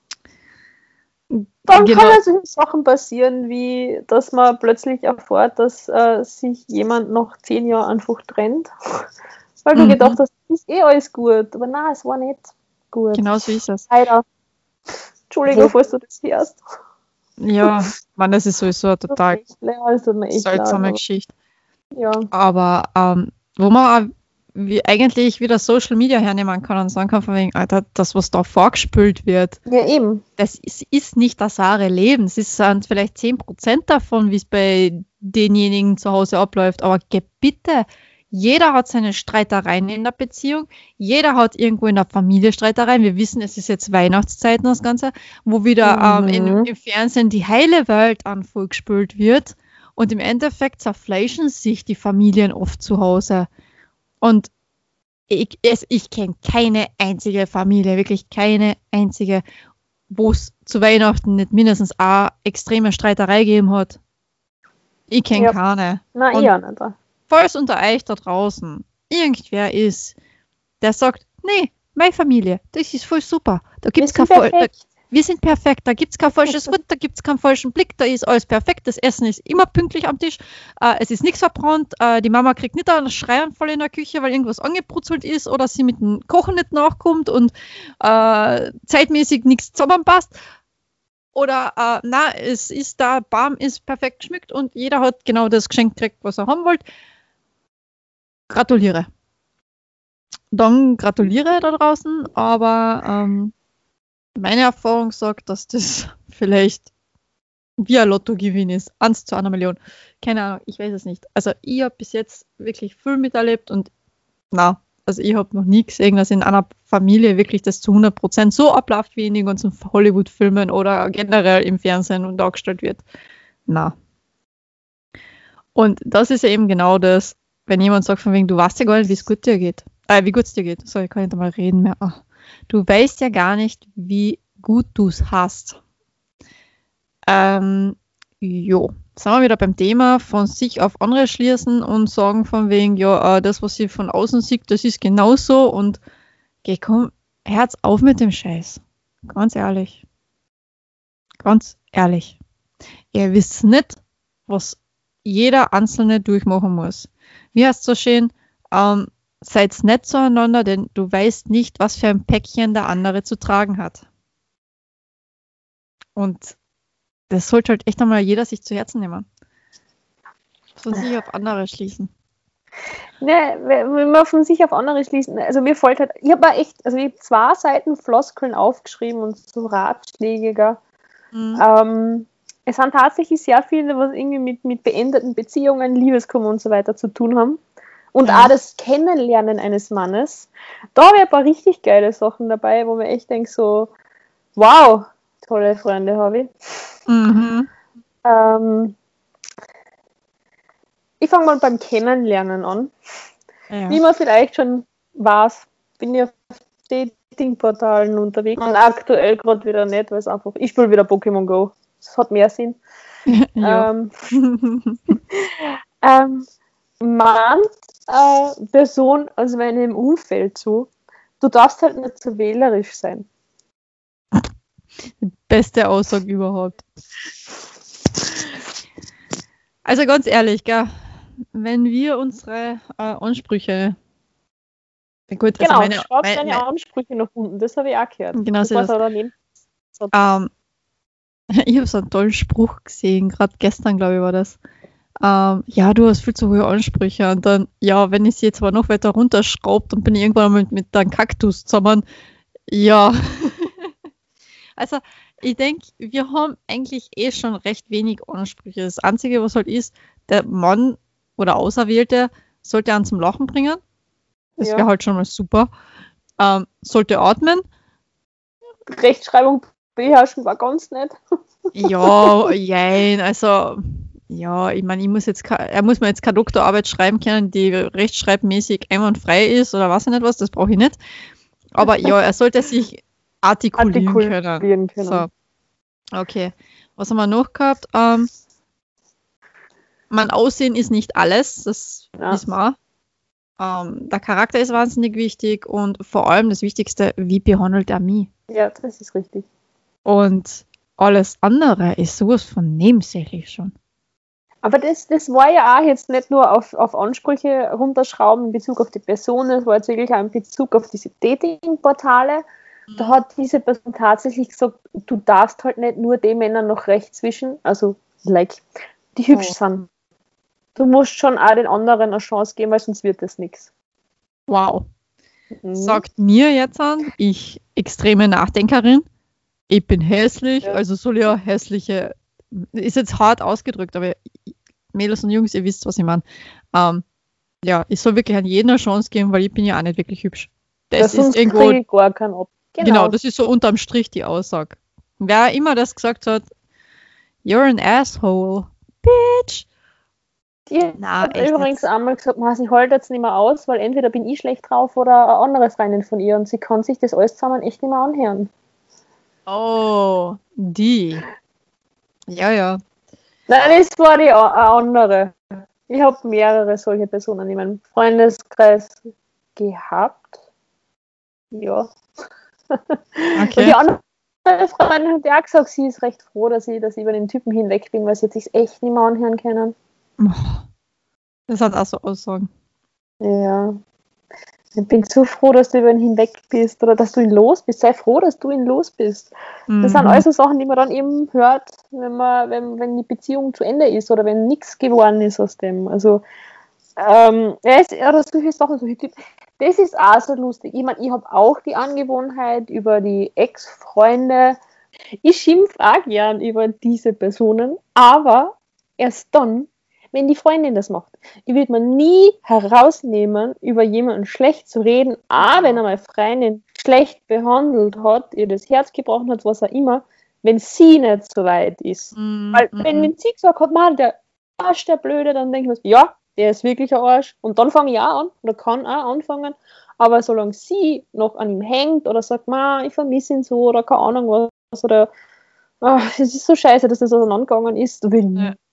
dann Genau. kann ja solche Sachen passieren, wie dass man plötzlich erfährt, dass äh, sich jemand nach zehn Jahren einfach trennt, weil du Mhm. gedacht hast, ist eh alles gut, aber nein, es war nicht gut. Genau so ist es. Leider. Entschuldigung, Wo- falls du das hörst. Ja, man, das ist sowieso eine total Das tut mir echt leid, das tut mir echt leid, seltsame aber- Geschichte. Ja. Aber ähm, wo man auch wie eigentlich wieder Social Media hernehmen kann und sagen kann, von wegen, Alter, das, was da vorgespült wird, Ja, eben. das ist, ist nicht das wahre Leben. Es ist, sind vielleicht zehn Prozent davon, wie es bei denjenigen zu Hause abläuft. Aber geh bitte, jeder hat seine Streitereien in der Beziehung, jeder hat irgendwo in der Familie Streitereien. Wir wissen, es ist jetzt Weihnachtszeit und das Ganze, wo wieder Mhm. ähm, in, im Fernsehen die heile Welt an vorgespült wird. Und im Endeffekt zerfleischen sich die Familien oft zu Hause. Und ich, es- ich kenne keine einzige Familie, wirklich keine einzige, wo es zu Weihnachten nicht mindestens eine extreme Streiterei gegeben hat. Ich kenne Ja. keine. Nein, Und- eher nicht. Falls unter euch da draußen irgendwer ist, der sagt, nee, meine Familie, das ist voll super. Da Wir gibt's sind kein Voll- da, perfekt. wir sind perfekt, da gibt es kein falsches Wort, da gibt es keinen falschen Blick, da ist alles perfekt, das Essen ist immer pünktlich am Tisch, äh, es ist nichts verbrannt, äh, die Mama kriegt nicht einen Schreianfall in der Küche, weil irgendwas angebrutzelt ist oder sie mit dem Kochen nicht nachkommt und äh, zeitmäßig nichts zusammenpasst. Oder, äh, na, es ist da, Baum ist perfekt geschmückt und jeder hat genau das Geschenk gekriegt, was er haben wollte. Gratuliere. Dann gratuliere da draußen, aber ähm, meine Erfahrung sagt, dass das vielleicht wie ein Lottogewinn ist. Eins zu einer Million. keine Ahnung, ich weiß es nicht. Also ich habe bis jetzt wirklich viel miterlebt und na, also ich habe noch nie gesehen, dass in einer Familie wirklich das zu hundert Prozent so abläuft wie in den ganzen Hollywood-Filmen oder generell im Fernsehen und dargestellt wird. Na. Und das ist ja eben genau das, wenn jemand sagt von wegen, du weißt ja gar nicht, wie es gut dir geht. Äh, wie gut es dir geht. Sorry, ich kann nicht mal reden mehr. Ach. Du weißt ja gar nicht, wie gut du es hast. Ähm, jo. Sind wir wieder beim Thema von sich auf andere schließen und sagen von wegen, ja, äh, das, was sie von außen sieht, das ist genauso und geh, komm, Herz auf mit dem Scheiß. Ganz ehrlich. Ganz ehrlich. Ihr wisst nicht, was jeder Einzelne durchmachen muss. Wie heißt es so schön, ähm, seid nett zueinander, denn du weißt nicht, was für ein Päckchen der andere zu tragen hat. Und das sollte halt echt einmal jeder sich zu Herzen nehmen. Von sich auf andere schließen. Ne, wenn wir von sich auf andere schließen, also mir fällt halt, ich habe echt, also ich habe zwei Seiten Floskeln aufgeschrieben und so Ratschläge, gell. Mhm. Ähm, es sind tatsächlich sehr viele, was irgendwie mit, mit beendeten Beziehungen, Liebeskummer und so weiter zu tun haben. Und mhm. auch das Kennenlernen eines Mannes. Da habe ich ein paar richtig geile Sachen dabei, wo man echt denkt so, wow, tolle Freunde habe ich. Mhm. Ähm, ich fange mal beim Kennenlernen an. Ja. Wie man vielleicht schon weiß, bin ich auf Datingportalen unterwegs und aktuell gerade wieder nicht, weil es einfach, ich spiele wieder Pokémon Go. Das hat mehr Sinn. ähm, ähm, mahnt äh, Person aus meinem Umfeld zu, du darfst halt nicht so wählerisch sein. Die beste Aussage überhaupt. Also ganz ehrlich, gell, wenn wir unsere äh, Ansprüche gut, genau, also meine, schreib meine, deine meine, Ansprüche nach unten, das habe ich auch gehört. Genau so. Ähm, ich habe so einen tollen Spruch gesehen, gerade gestern, glaube ich, war das. Ähm, ja, du hast viel zu hohe Ansprüche. Und dann, ja, wenn ich sie jetzt aber noch weiter runterschraube, dann bin ich irgendwann mit, mit einem Kaktus zusammen. Ja. Also, ich denke, wir haben eigentlich eh schon recht wenig Ansprüche. Das Einzige, was halt ist, der Mann oder Auserwählte sollte einen zum Lachen bringen. Das ja. wäre halt schon mal super. Ähm, sollte atmen. Rechtschreibung beherrschen war ganz nett. Ja, jein, also ja, ich meine, ich muss jetzt er muss mir jetzt keine Doktorarbeit schreiben können, die rechtschreibmäßig einwandfrei ist oder was ich nicht was, das brauche ich nicht. Aber ja, er sollte sich artikulieren, artikulieren können. können. So. Okay. Was haben wir noch gehabt? Ähm, mein Aussehen ist nicht alles, das ja. wissen wir. Ähm, der Charakter ist wahnsinnig wichtig und vor allem das Wichtigste, wie behandelt er mich? Ja, das ist richtig. Und alles andere ist sowas von nebensächlich schon. Aber das, das war ja auch jetzt nicht nur auf, auf Ansprüche runterschrauben in Bezug auf die Person, das war jetzt wirklich auch in Bezug auf diese Dating-Portale. Mhm. Da hat diese Person tatsächlich gesagt, du darfst halt nicht nur den Männern noch rechts zwischen, also like, die hübsch oh. sind. Du musst schon auch den anderen eine Chance geben, weil sonst wird das nichts. Wow. Mhm. Sagt mir jetzt an, ich extreme Nachdenkerin, ich bin hässlich, ja. also soll ja hässliche, ist jetzt hart ausgedrückt, aber Mädels und Jungs, ihr wisst, was ich meine. Ähm, ja, ich soll wirklich an jeden eine Chance geben, weil ich bin ja auch nicht wirklich hübsch. Das, das ist irgendwo, gar kein Ob. Genau. genau, das ist so unterm Strich die Aussage. Wer immer das gesagt hat, you're an asshole, bitch. Die hat übrigens nicht. einmal gesagt, sie hält jetzt nicht mehr aus, weil entweder bin ich schlecht drauf oder eine andere Freundin von ihr und sie kann sich das alles zusammen echt nicht mehr anhören. Oh, die. Ja, ja. Nein, das war die andere. Ich habe mehrere solche Personen in meinem Freundeskreis gehabt. Ja. Okay. Und die andere Freundin hat ja auch gesagt, sie ist recht froh, dass ich, dass ich über den Typen hinweg bin, weil sie jetzt sich echt nicht mehr anhören können. Das hat auch so Aussagen. Ja. Ich bin so froh, dass du über ihn hinweg bist oder dass du ihn los bist. Sei froh, dass du ihn los bist. Mhm. Das sind also Sachen, die man dann eben hört, wenn man, wenn, wenn die Beziehung zu Ende ist oder wenn nichts geworden ist aus dem. Also, ähm, ja, es, ja, das solche Sachen, solche Typen. Das ist auch so lustig. Ich meine, ich habe auch die Angewohnheit über die Ex-Freunde. Ich schimpfe auch gern über diese Personen, aber erst dann, wenn die Freundin das macht. Ich würde mir nie herausnehmen, über jemanden schlecht zu reden, auch wenn er meine Freundin schlecht behandelt hat, ihr das Herz gebrochen hat, was auch immer, wenn sie nicht so weit ist. Mm, Weil mm, wenn, mm. wenn sie gesagt hat, man, der Arsch, der Blöde, dann denke ich mir, ja, der ist wirklich ein Arsch. Und dann fange ich auch an, oder kann auch anfangen. Aber solange sie noch an ihm hängt oder sagt, man, ich vermisse ihn so, oder keine Ahnung was, oder ach, es ist so scheiße, dass das auseinandergegangen ist, will ich Ja.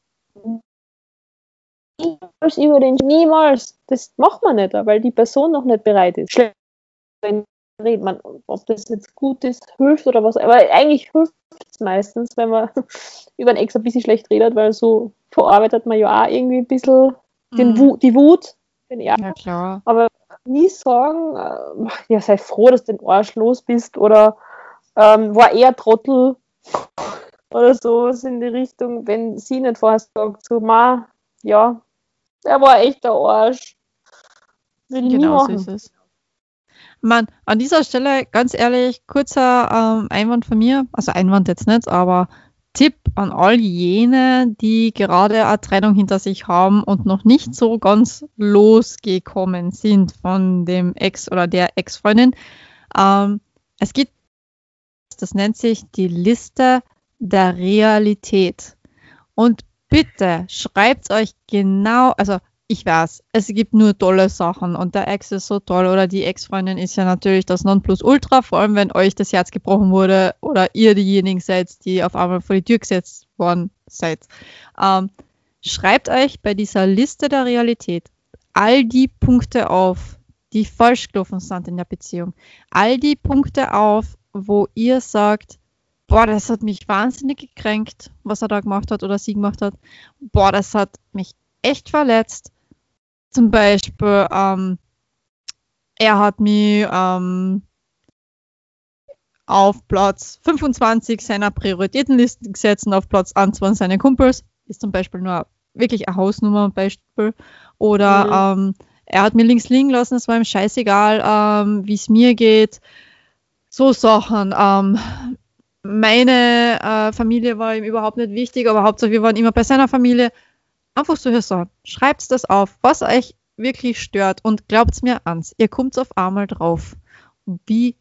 niemals über den, niemals. Das macht man nicht, weil die Person noch nicht bereit ist. Schlecht redet man, ob das jetzt gut ist, hilft oder was, aber eigentlich hilft es meistens, wenn man über einen Ex ein bisschen schlecht redet, weil so verarbeitet man ja auch irgendwie ein bisschen den Mm. Wu- die Wut, den Ärger. Ja, klar. Aber nie sagen, äh, ja, sei froh, dass du den Arsch los bist oder ähm, war eher Trottel oder sowas in die Richtung, wenn sie nicht vorher sagt, so, ma, ja, er war echt der Arsch. Will ich nie Genau so machen. ist es. Mann, an dieser Stelle, ganz ehrlich, kurzer ähm, Einwand von mir, also Einwand jetzt nicht, aber Tipp an all jene, die gerade eine Trennung hinter sich haben und noch nicht so ganz losgekommen sind von dem Ex oder der Ex-Freundin. Ähm, es gibt, das nennt sich die Liste der Realität. Und bitte schreibt euch genau, also ich weiß, es gibt nur tolle Sachen und der Ex ist so toll oder die Ex-Freundin ist ja natürlich das Nonplusultra, vor allem wenn euch das Herz gebrochen wurde oder ihr diejenigen seid, die auf einmal vor die Tür gesetzt worden seid. Ähm, schreibt euch bei dieser Liste der Realität all die Punkte auf, die falsch gelaufen sind in der Beziehung. All die Punkte auf, wo ihr sagt, boah, das hat mich wahnsinnig gekränkt, was er da gemacht hat oder sie gemacht hat. Boah, das hat mich echt verletzt. Zum Beispiel, ähm, er hat mich ähm, auf Platz fünfundzwanzig seiner Prioritätenlisten gesetzt und auf Platz eins waren seine Kumpels. Ist zum Beispiel nur wirklich ein Hausnummer-Beispiel. Oder Mhm. ähm, er hat mir links liegen lassen, es war ihm scheißegal, ähm, wie es mir geht. So Sachen. Ähm, meine äh, Familie war ihm überhaupt nicht wichtig, aber Hauptsache wir waren immer bei seiner Familie. Einfach solche Sachen. Schreibt das auf, was euch wirklich stört und glaubt mir ans, ihr kommt auf einmal drauf, wie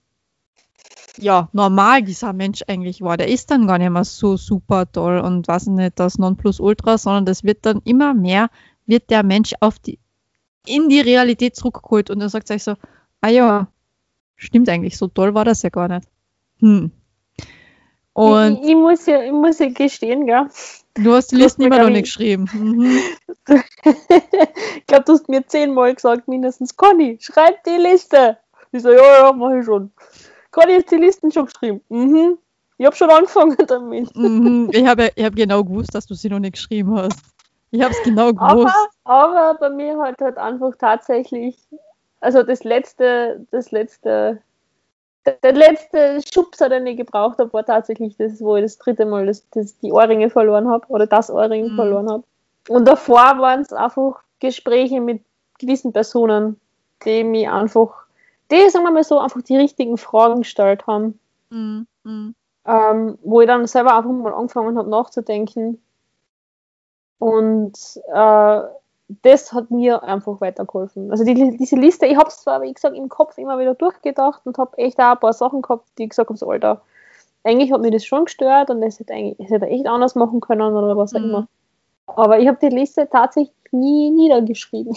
ja, normal dieser Mensch eigentlich war. Der ist dann gar nicht mehr so super toll und weiß nicht, das Nonplusultra, sondern das wird dann immer mehr, wird der Mensch auf die, in die Realität zurückgeholt und dann sagt euch so, ah ja, stimmt eigentlich, so toll war das ja gar nicht. Hm. Und ich, ich, muss ja, ich muss ja gestehen, gell? du hast die Du hast Listen mir, immer noch glaub nicht ich- geschrieben. Mhm. Ich glaube, du hast mir zehnmal gesagt, mindestens, Conny, schreib die Liste. Ich so, ja, ja, mach ich schon. Conny hat die Listen schon geschrieben. Mhm. Ich habe schon angefangen damit. Mhm. Ich habe ich hab genau gewusst, dass du sie noch nicht geschrieben hast. Ich habe es genau gewusst. Aber, aber bei mir hat halt einfach tatsächlich, also das letzte, das letzte, der, der letzte Schubser, den ich gebraucht habe, war tatsächlich das, wo ich das dritte Mal das, das, die Ohrringe verloren habe oder das Ohrring Mhm. verloren habe. Und davor waren es einfach Gespräche mit gewissen Personen, die mich einfach, die, sagen wir mal so, einfach die richtigen Fragen gestellt haben. Mhm. Mhm. Ähm, wo ich dann selber einfach mal angefangen habe nachzudenken. Und äh, das hat mir einfach weitergeholfen. Also die, diese Liste, ich habe es zwar, wie gesagt, im Kopf immer wieder durchgedacht und habe echt auch ein paar Sachen gehabt, die ich gesagt habe, so, Alter, eigentlich hat mir das schon gestört und das hätte eigentlich das hätte echt anders machen können oder was auch Mhm. immer. Aber ich habe die Liste tatsächlich nie niedergeschrieben.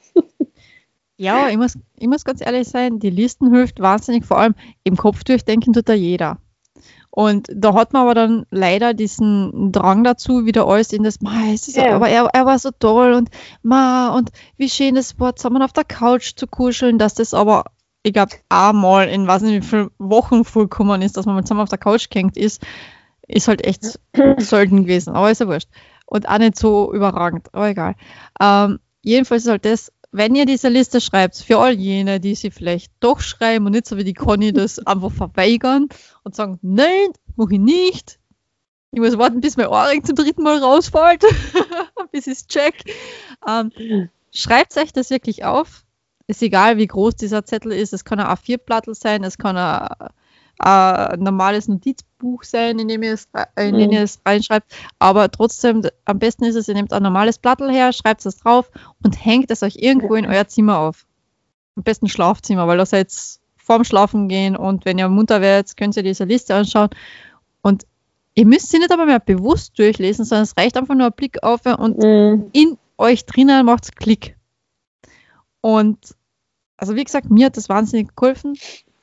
Ja, ich muss, ich muss ganz ehrlich sein, die Listen hilft wahnsinnig, vor allem im Kopf durchdenken tut da jeder. Und da hat man aber dann leider diesen Drang dazu, wieder alles in das, ma, es ist so, Ja. aber er, er war so toll und ma, und wie schön es war, zusammen auf der Couch zu kuscheln, dass das aber, ich glaube, einmal in weiß nicht wie vielen Wochen vorgekommen ist, dass man mal zusammen auf der Couch gehängt ist, ist halt echt selten gewesen, aber ist ja wurscht. Und auch nicht so überragend, aber egal. Ähm, jedenfalls ist halt das, wenn ihr diese Liste schreibt, für all jene, die sie vielleicht doch schreiben und nicht so wie die Conny das einfach verweigern und sagen, nein, mach ich nicht. Ich muss warten, bis mein Ohrring zum dritten Mal rausfällt, bis ich es check. Ähm, schreibt euch das wirklich auf. Ist egal, wie groß dieser Zettel ist. Es kann ein A vier Plattel sein, es kann ein ein normales Notizbuch sein, in dem ihr es, äh, in dem Mhm. ihr es reinschreibt. Aber trotzdem, d- am besten ist es, ihr nehmt ein normales Blattl her, schreibt es drauf und hängt es euch irgendwo in euer Zimmer auf. Am besten Schlafzimmer, weil da seid vorm Schlafen gehen und wenn ihr munter werdet, könnt ihr diese Liste anschauen. Und ihr müsst sie nicht aber mehr bewusst durchlesen, sondern es reicht einfach nur ein Blick auf und Mhm. in euch drinnen macht es Klick. Und also wie gesagt, mir hat das wahnsinnig geholfen.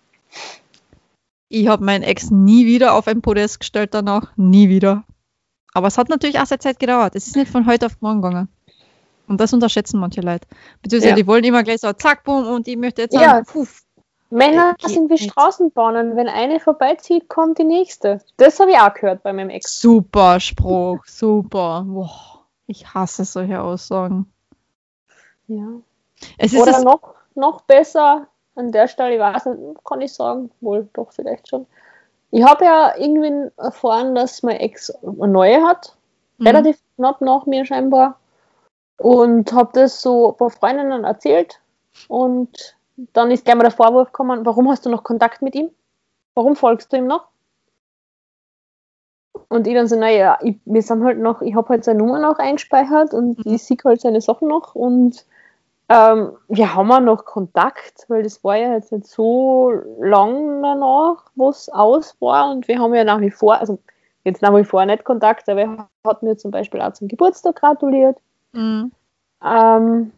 Ich habe meinen Ex nie wieder auf ein Podest gestellt danach, nie wieder. Aber es hat natürlich auch seine Zeit gedauert. Es ist nicht von heute auf morgen gegangen. Und das unterschätzen manche Leute. Beziehungsweise Ja. die wollen immer gleich so zack, bumm und ich möchte jetzt Ja. sagen, puff. Männer Äh, sind wie geht nicht. Straßenbahnen. Wenn eine vorbeizieht, kommt die nächste. Das habe ich auch gehört bei meinem Ex. Super Spruch, super. Boah, ich hasse solche Aussagen. Ja. Es ist Oder das, noch, noch besser an der Stelle, ich weiß nicht, kann ich sagen, wohl doch vielleicht schon. Ich habe ja irgendwie erfahren, dass mein Ex eine neue hat, Mhm. relativ knapp nach mir scheinbar, und habe das so ein paar Freundinnen erzählt und dann ist gleich mal der Vorwurf gekommen, warum hast du noch Kontakt mit ihm? Warum folgst du ihm noch? Und ich dann so, naja, ich, wir sind halt noch, ich habe halt seine Nummer noch eingespeichert und Mhm. ich sehe halt seine Sachen noch und ähm, wir haben auch noch Kontakt, weil das war ja jetzt nicht so lang danach, wo es aus war und wir haben ja nach wie vor, also jetzt nach wie vor nicht Kontakt, aber er hat mir zum Beispiel auch zum Geburtstag gratuliert. Mhm. Ähm,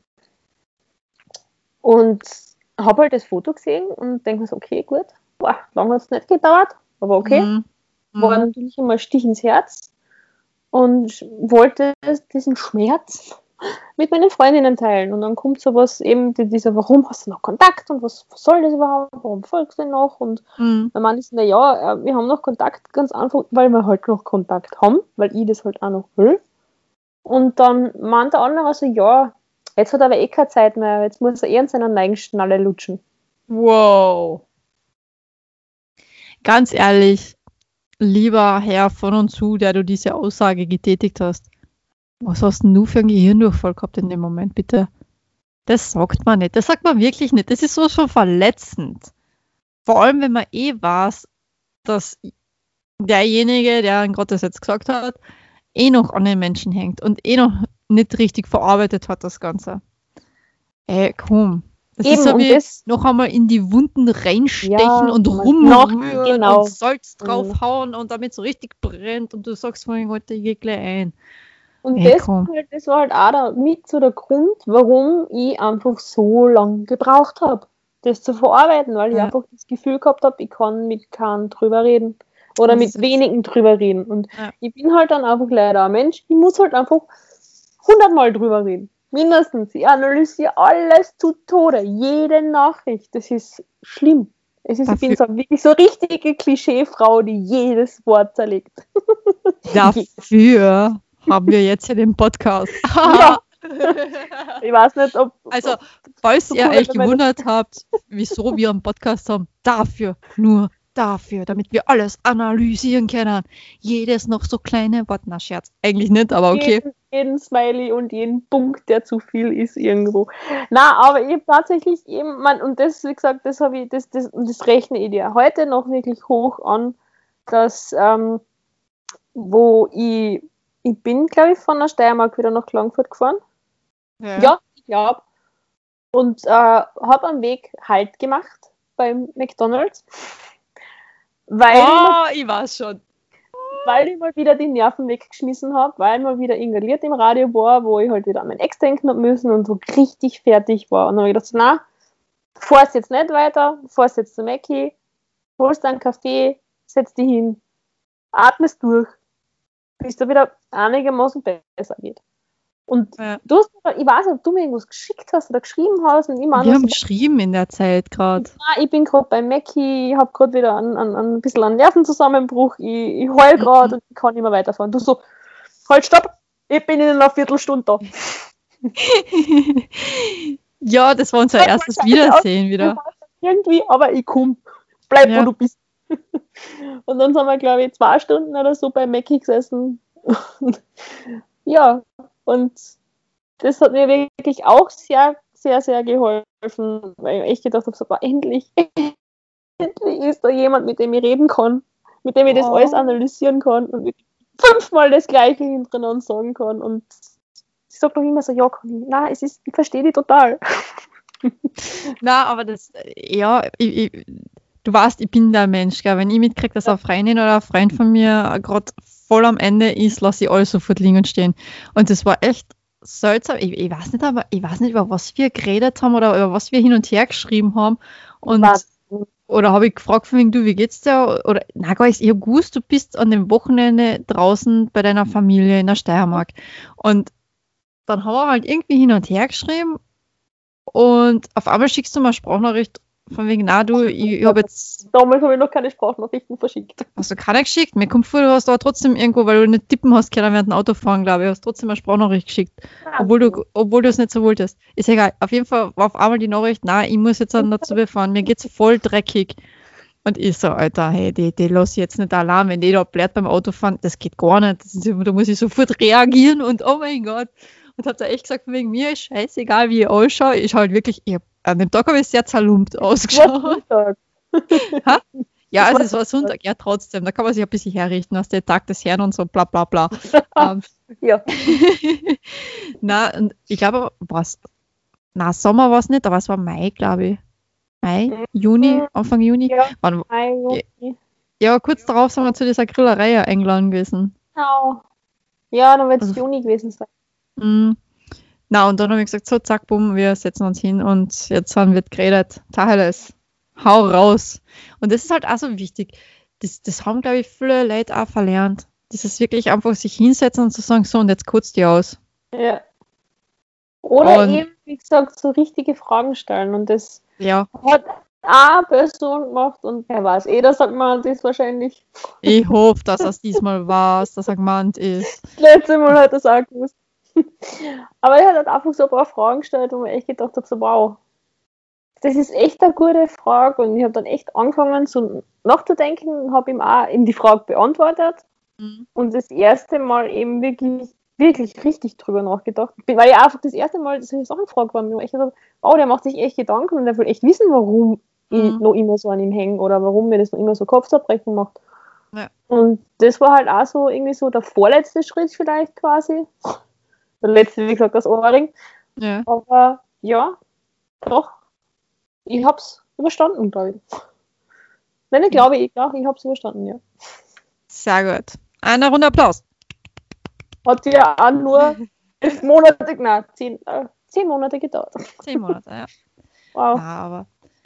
und habe halt das Foto gesehen und denke mir so, okay, gut, boah, lange hat es nicht gedauert, aber okay. Mhm. War Mhm. natürlich immer ein Stich ins Herz und wollte diesen Schmerz mit meinen Freundinnen teilen. Und dann kommt sowas eben, die- dieser, warum hast du noch Kontakt und was, was soll das überhaupt, warum folgst du denn noch? Und Mhm. mein Mann ist, naja, äh, wir haben noch Kontakt, ganz einfach, weil wir halt noch Kontakt haben, weil ich das halt auch noch will. Und dann meint der andere so, ja, jetzt hat er aber eh keine Zeit mehr, jetzt muss er eh an seiner Neigenschnalle lutschen. Wow. Ganz ehrlich, lieber Herr von und zu, der du diese Aussage getätigt hast, was hast denn du für einen Gehirndurchfall gehabt in dem Moment, bitte? Das sagt man nicht. Das sagt man wirklich nicht. Das ist so schon verletzend. Vor allem, wenn man eh weiß, dass derjenige, der an Gottes jetzt gesagt hat, eh noch an den Menschen hängt und eh noch nicht richtig verarbeitet hat, das Ganze. Ey, komm. Das Eben, ist so und wie das- noch einmal in die Wunden reinstechen Ja, und noch- rumrühren genau. und Salz draufhauen und damit so richtig brennt und du sagst, mein Gott, ich geh gleich ein. Und Ey, das, komm. halt, das war halt auch der, mit so der Grund, warum ich einfach so lange gebraucht habe, das zu verarbeiten, weil ich Ja. einfach das Gefühl gehabt habe, ich kann mit keinem drüber reden oder Das mit ist- wenigen drüber reden. Und Ja. ich bin halt dann einfach leider ein Mensch, ich muss halt einfach hundertmal drüber reden. Mindestens. Ich analysiere alles zu Tode, jede Nachricht. Das ist schlimm. Es ist, ich bin so wirklich so eine richtige Klischeefrau, die jedes Wort zerlegt. Dafür haben wir jetzt hier den Podcast. Ja. Ich weiß nicht, ob. Also, ob falls so ihr cool, euch wenn man gewundert habt, wieso wir einen Podcast haben, dafür, nur dafür, damit wir alles analysieren können. Jedes noch so kleine Wort, na Scherz, eigentlich nicht, aber okay. jeden, jeden Smiley und jeden Punkt, der zu viel ist irgendwo. Na, aber ich habe tatsächlich eben, man, und das, wie gesagt, das habe ich, das, das, und das rechne ich dir heute noch wirklich hoch an, dass, ähm, wo ich, ich bin, glaube ich, von der Steiermark wieder nach Klagenfurt gefahren. Ja, ich glaube. Und äh, habe am Weg Halt gemacht beim McDonalds. Weil, Oh, ich weiß schon. weil ich mal wieder die Nerven weggeschmissen habe, weil mal wieder ingaliert im Radio war, wo ich halt wieder an meinen Ex denken habe müssen und so richtig fertig war. Und dann habe ich gedacht, so, na, fahrst jetzt nicht weiter, fahrst jetzt zu Mackie, holst einen Kaffee, setz dich hin, atmest durch, bis da wieder einigermaßen besser geht. Und Ja. du hast, ich weiß nicht, ob du mir irgendwas geschickt hast oder geschrieben hast. Und ich meine, Wir so, haben geschrieben in der Zeit gerade. na, ich bin gerade bei Mackie, ich habe gerade wieder ein, ein, ein bisschen einen Nervenzusammenbruch, ich, ich heul gerade und ich kann nicht mehr weiterfahren. Du so, halt, stopp, ich bin in einer Viertelstunde da. Ja, das war unser Das war erstes scheiße Wiedersehen wieder. Irgendwie, aber ich komm, bleib, Ja. wo du bist. Und dann sind wir, glaube ich, zwei Stunden oder so bei Mackie gesessen. Ja, und das hat mir wirklich auch sehr, sehr, sehr geholfen, weil ich echt gedacht habe, so, boah, endlich, Endlich ist da jemand, mit dem ich reden kann, mit dem ich das Oh. alles analysieren kann und mit fünfmal das Gleiche hintereinander sagen kann. Und ich sage doch immer so, ja, Conny, nein, es ist, ich verstehe dich total. Na, aber das, äh, ja, ich, ich, du weißt, ich bin der Mensch, gell? Wenn ich mitkriege, dass eine Freundin oder ein Freund von mir gerade voll am Ende ist, lasse ich alles sofort liegen und stehen. Und das war echt seltsam. Ich, ich weiß nicht, aber ich weiß nicht, über was wir geredet haben oder über was wir hin und her geschrieben haben. Und Was? oder habe ich gefragt von wegen, du, wie geht's dir? Oder na gar nicht, ich habe gewusst, du bist an dem Wochenende draußen bei deiner Familie in der Steiermark. Und dann haben wir halt irgendwie hin und her geschrieben und auf einmal schickst du mal eine Sprachnachricht von wegen, na du, ich, ich habe jetzt, Damals habe ich noch keine Sprachnachrichten verschickt. hast du keine geschickt? Mir kommt vor, du hast aber trotzdem irgendwo, weil du nicht tippen hast können während dem Autofahren, glaube ich, hast trotzdem eine Sprachnachricht geschickt, obwohl du, obwohl du es nicht so wolltest. Ist egal, auf jeden Fall war auf einmal die Nachricht, na, ich muss jetzt dann dazu befahren, mir geht's voll dreckig. Und ich so, Alter, hey, die, die lass ich jetzt nicht allein, wenn die da bleibt beim Autofahren, das geht gar nicht. Das ist, da muss ich sofort reagieren und oh mein Gott. Und hab da echt gesagt, von wegen mir ist scheißegal, wie ich ausschaue. Ich schaue halt wirklich, ich hab, an dem Tag habe ich sehr zerlumpt ausgeschaut. Ha? Ja, also es war Sonntag, ja trotzdem, da kann man sich ein bisschen herrichten, aus der Tag des Herrn und so, bla bla bla. ähm, Ja. na, und ich glaube, was, na, Sommer war es nicht, aber es war Mai, glaube ich. Mai, Juni, Anfang Juni. Ja. Wann, Nein, okay. ja, kurz darauf sind wir zu dieser Grillerei eingeladen gewesen. Genau. Ja, dann wird es Also- Juni gewesen sein. Mm. Na, und dann habe ich gesagt, so, zack, bumm, wir setzen uns hin und jetzt haben wir geredet. Tacheles, hau raus. Und das ist halt auch so wichtig. Das, das haben, glaube ich, viele Leute auch verlernt. Dieses wirklich einfach sich hinsetzen und zu sagen, so, und jetzt kotzt die aus. Ja. Oder Und- eben, wie gesagt, so richtige Fragen stellen. Und das Ja, hat eine Person gemacht und wer weiß, eh, da sagt man das wahrscheinlich. ich hoffe, dass es diesmal war, dass er gemeint ist. Das letzte Mal hat er es auch gewusst. Aber er hat halt einfach so ein paar Fragen gestellt, wo man echt gedacht hat, so wow, das ist echt eine gute Frage. Und ich habe dann echt angefangen, so nachzudenken und habe ihm auch eben die Frage beantwortet. Mhm. Und das erste Mal eben wirklich, wirklich richtig drüber nachgedacht. Weil ich einfach das erste Mal solche Sachen gefragt war. Ich gedacht, oh, der macht sich echt Gedanken und der will echt wissen, warum ich Mhm. noch immer so an ihm hänge oder warum mir das noch immer so Kopfzerbrechen macht. Ja. Und das war halt auch so irgendwie so der vorletzte Schritt vielleicht quasi. Der letzte, wie gesagt, das Ohrring. Ja. Aber ja, doch. Ich hab's überstanden, glaube ich. Nein, ich glaube, ich, glaube, ich hab's überstanden, ja. Sehr gut. Eine Runde Applaus. Hat ja auch nur elf Monate, nein, zehn, äh, zehn Monate gedauert. Zehn Monate, ja. Wow. Ja, aber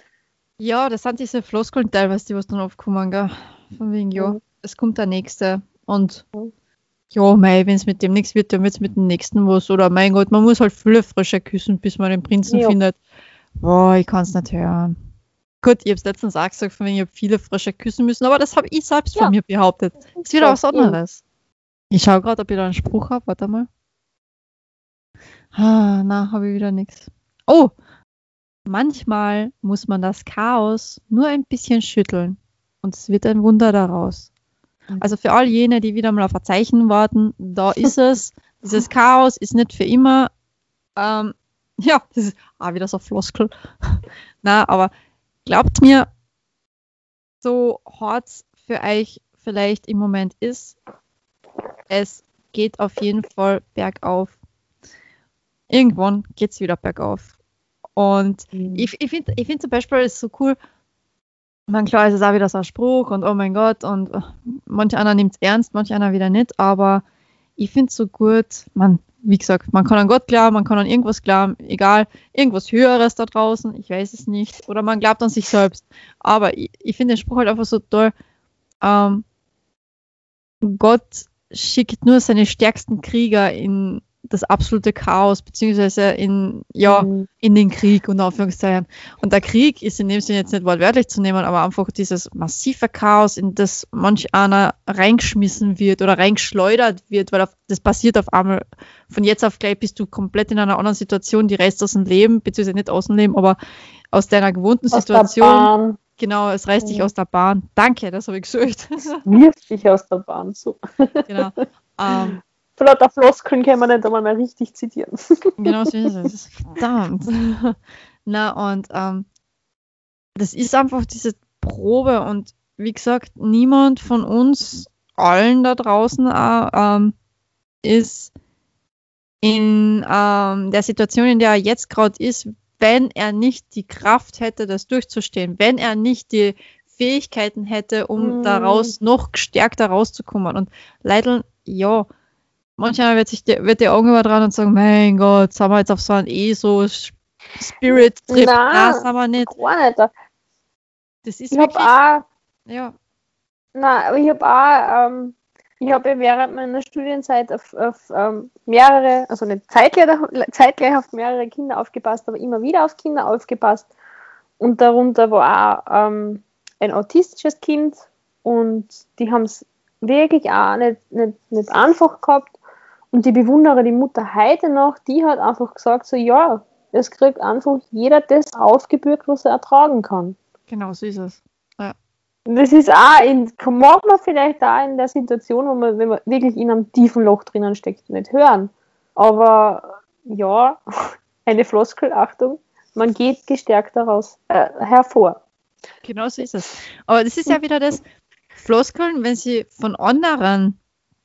ja, das sind diese Floskeln teilweise, die was dann aufkommen, gell? Von wegen, ja, Mhm. es kommt der Nächste und Mhm. ja, mei, wenn es mit dem nichts wird, dann wird es mit dem Nächsten was. Oder mein Gott, man muss halt viele Frösche küssen, bis man den Prinzen Ja. findet. Boah, ich kann es nicht hören. Gut, ich habe es letztens auch gesagt, von wegen, ich habe viele Frösche küssen müssen, aber das habe ich selbst Ja. von mir behauptet. Das ist wieder was Eben. anderes. Ich schaue gerade, ob ich da einen Spruch habe. Warte mal. Ah, na, habe ich wieder nichts. Oh! Manchmal muss man das Chaos nur ein bisschen schütteln und es wird ein Wunder daraus. Also für all jene, die wieder mal auf ein Zeichen warten, da ist es. Dieses Chaos ist nicht für immer. Ähm, ja, das ist ah, wieder so Floskel. Na, aber glaubt mir, so hart es für euch vielleicht im Moment ist, es geht auf jeden Fall bergauf. Irgendwann geht es wieder bergauf. Und ich, ich finde ich find zum Beispiel es so cool, man klar ist es auch wieder so ein Spruch und oh mein Gott und äh, manch einer nimmt es ernst, manch einer wieder nicht, aber ich finde es so gut, man, wie gesagt, man kann an Gott glauben, man kann an irgendwas glauben, egal, irgendwas Höheres da draußen, ich weiß es nicht, oder man glaubt an sich selbst, aber ich, ich finde den Spruch halt einfach so toll, ähm, Gott schickt nur seine stärksten Krieger in das absolute Chaos, beziehungsweise in, ja, Mhm. in den Krieg, unter Anführungszeichen. Und der Krieg ist in dem Sinne jetzt nicht wortwörtlich zu nehmen, aber einfach dieses massive Chaos, in das manch einer reingeschmissen wird oder reingeschleudert wird, weil auf, das passiert auf einmal, von jetzt auf gleich bist du komplett in einer anderen Situation, die reißt aus dem Leben, beziehungsweise nicht aus dem Leben, aber aus deiner gewohnten Aus der Situation. Bahn. Genau, es reißt dich Mhm. aus der Bahn. Danke, das habe ich gesagt. Wirft dich aus der Bahn. So. genau. Ähm, Von lauter Floskeln kann man nicht einmal mehr richtig zitieren. Genau so ist es. Verdammt. Na, und ähm, das ist einfach diese Probe und wie gesagt, niemand von uns allen da draußen äh, ähm, ist in ähm, der Situation, in der er jetzt gerade ist, wenn er nicht die Kraft hätte, das durchzustehen, wenn er nicht die Fähigkeiten hätte, um Mm. daraus noch gestärkter rauszukommen. Und leider, ja, manchmal wird sich die, wird die Augen überdran und sagen, mein Gott, sind wir jetzt auf so einen eh so Spirit-Trip? Nein, Nein, sind wir nicht. gar nicht. Das ist Ich habe wirklich, auch, ja, nein, aber ich habe auch, ähm, ich habe ja während meiner Studienzeit auf, auf ähm, mehrere, also nicht zeitgleich, zeitgleich auf mehrere Kinder aufgepasst, aber immer wieder auf Kinder aufgepasst. Und darunter war auch ähm, ein autistisches Kind und die haben es wirklich auch nicht, nicht, nicht einfach gehabt. Und ich bewundere die Mutter heute noch, die hat einfach gesagt, so ja, es kriegt einfach jeder das aufgebürgt, was er ertragen kann. genau so ist es. Ja. Und das ist auch, in, mag man vielleicht auch in der Situation, wo man, wenn man wirklich in einem tiefen Loch drinnen steckt, nicht hören. Aber ja, eine Floskel, Achtung, man geht gestärkt daraus äh, hervor. Genau so ist es. Aber das ist ja wieder das, Floskeln, wenn sie von anderen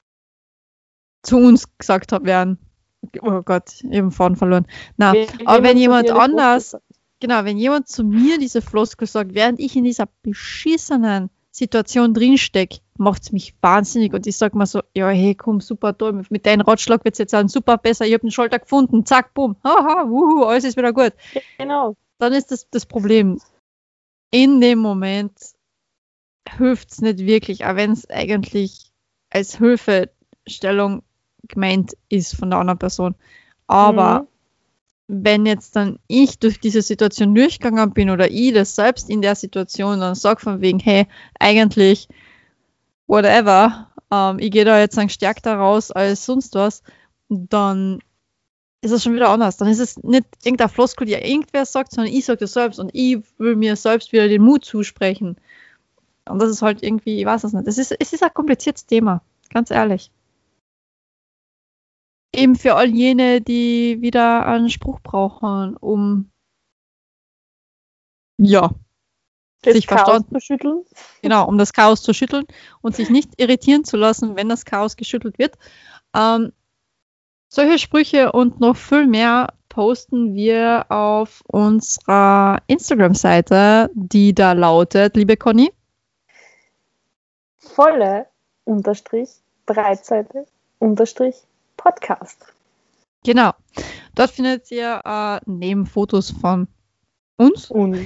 zu uns gesagt haben, werden. Oh Gott, ich habe den Faden verloren. Na, aber wenn jemand anders, genau, wenn jemand zu mir diese Floskel sagt, während ich in dieser beschissenen Situation drinstecke, macht es mich wahnsinnig. Und ich sage mir so, ja, hey, komm, super toll, mit deinem Ratschlag wird es jetzt ein super besser, ich habe den Schalter gefunden, zack, bumm, haha, wuhu, alles ist wieder gut. Genau. Dann ist das das Problem. In dem Moment hilft es nicht wirklich, auch wenn es eigentlich als Hilfestellung gemeint ist von der anderen Person. Aber mhm. wenn jetzt dann ich durch diese Situation durchgegangen bin oder ich das selbst in der Situation dann sage von wegen, hey, eigentlich whatever, ähm, ich gehe da jetzt dann gestärkter raus als sonst was, dann ist es schon wieder anders. Dann ist es nicht irgendein Floskel, die irgendwer sagt, sondern ich sage das selbst und ich will mir selbst wieder den Mut zusprechen. Und das ist halt irgendwie, ich weiß es nicht. Es ist, es ist ein kompliziertes Thema, ganz ehrlich. Eben für all jene, die wieder einen Spruch brauchen, um ja, das sich Chaos verstanden zu schütteln. Genau, um das Chaos zu schütteln und sich nicht irritieren zu lassen, wenn das Chaos geschüttelt wird. Ähm, solche Sprüche und noch viel mehr posten wir auf unserer Instagram-Seite, die da lautet, liebe Conny, volle Unterstrich Breitseite Unterstrich Podcast. Genau. Dort findet ihr äh, neben Fotos von uns Und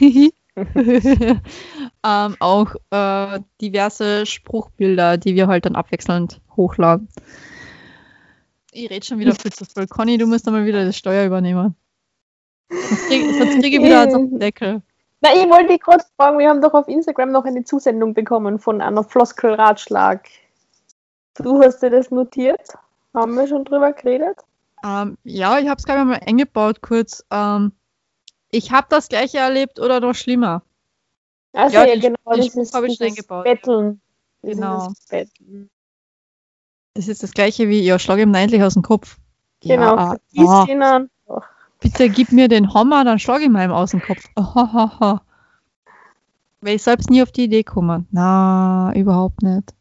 ähm, auch äh, diverse Spruchbilder, die wir halt dann abwechselnd hochladen. Ich rede schon wieder viel zu viel. Conny, du musst einmal wieder das Steuer übernehmen. Sonst kriege krieg ich wieder einen Deckel. Na, ich wollte dich gerade fragen, wir haben doch auf Instagram noch eine Zusendung bekommen von einer Floskel-Ratschlag. Du hast dir das notiert? Haben wir schon drüber geredet? Ähm, ja, ich habe es gerade mal eingebaut kurz. Ähm, ich habe das gleiche erlebt oder noch schlimmer. Also ja, ja, den, genau, den das Spruch ist habe ich schon dieses eingebaut. Betteln. Genau. Dieses Betteln. Das ist das gleiche wie, ja, schlag ihm endlich aus dem Kopf. Genau, ja, vergiss ah, ihn an. bitte gib mir den Hammer, dann schlag ich ihm aus dem Kopf. Oh, weil ich selbst nie auf die Idee komme. Na, überhaupt nicht.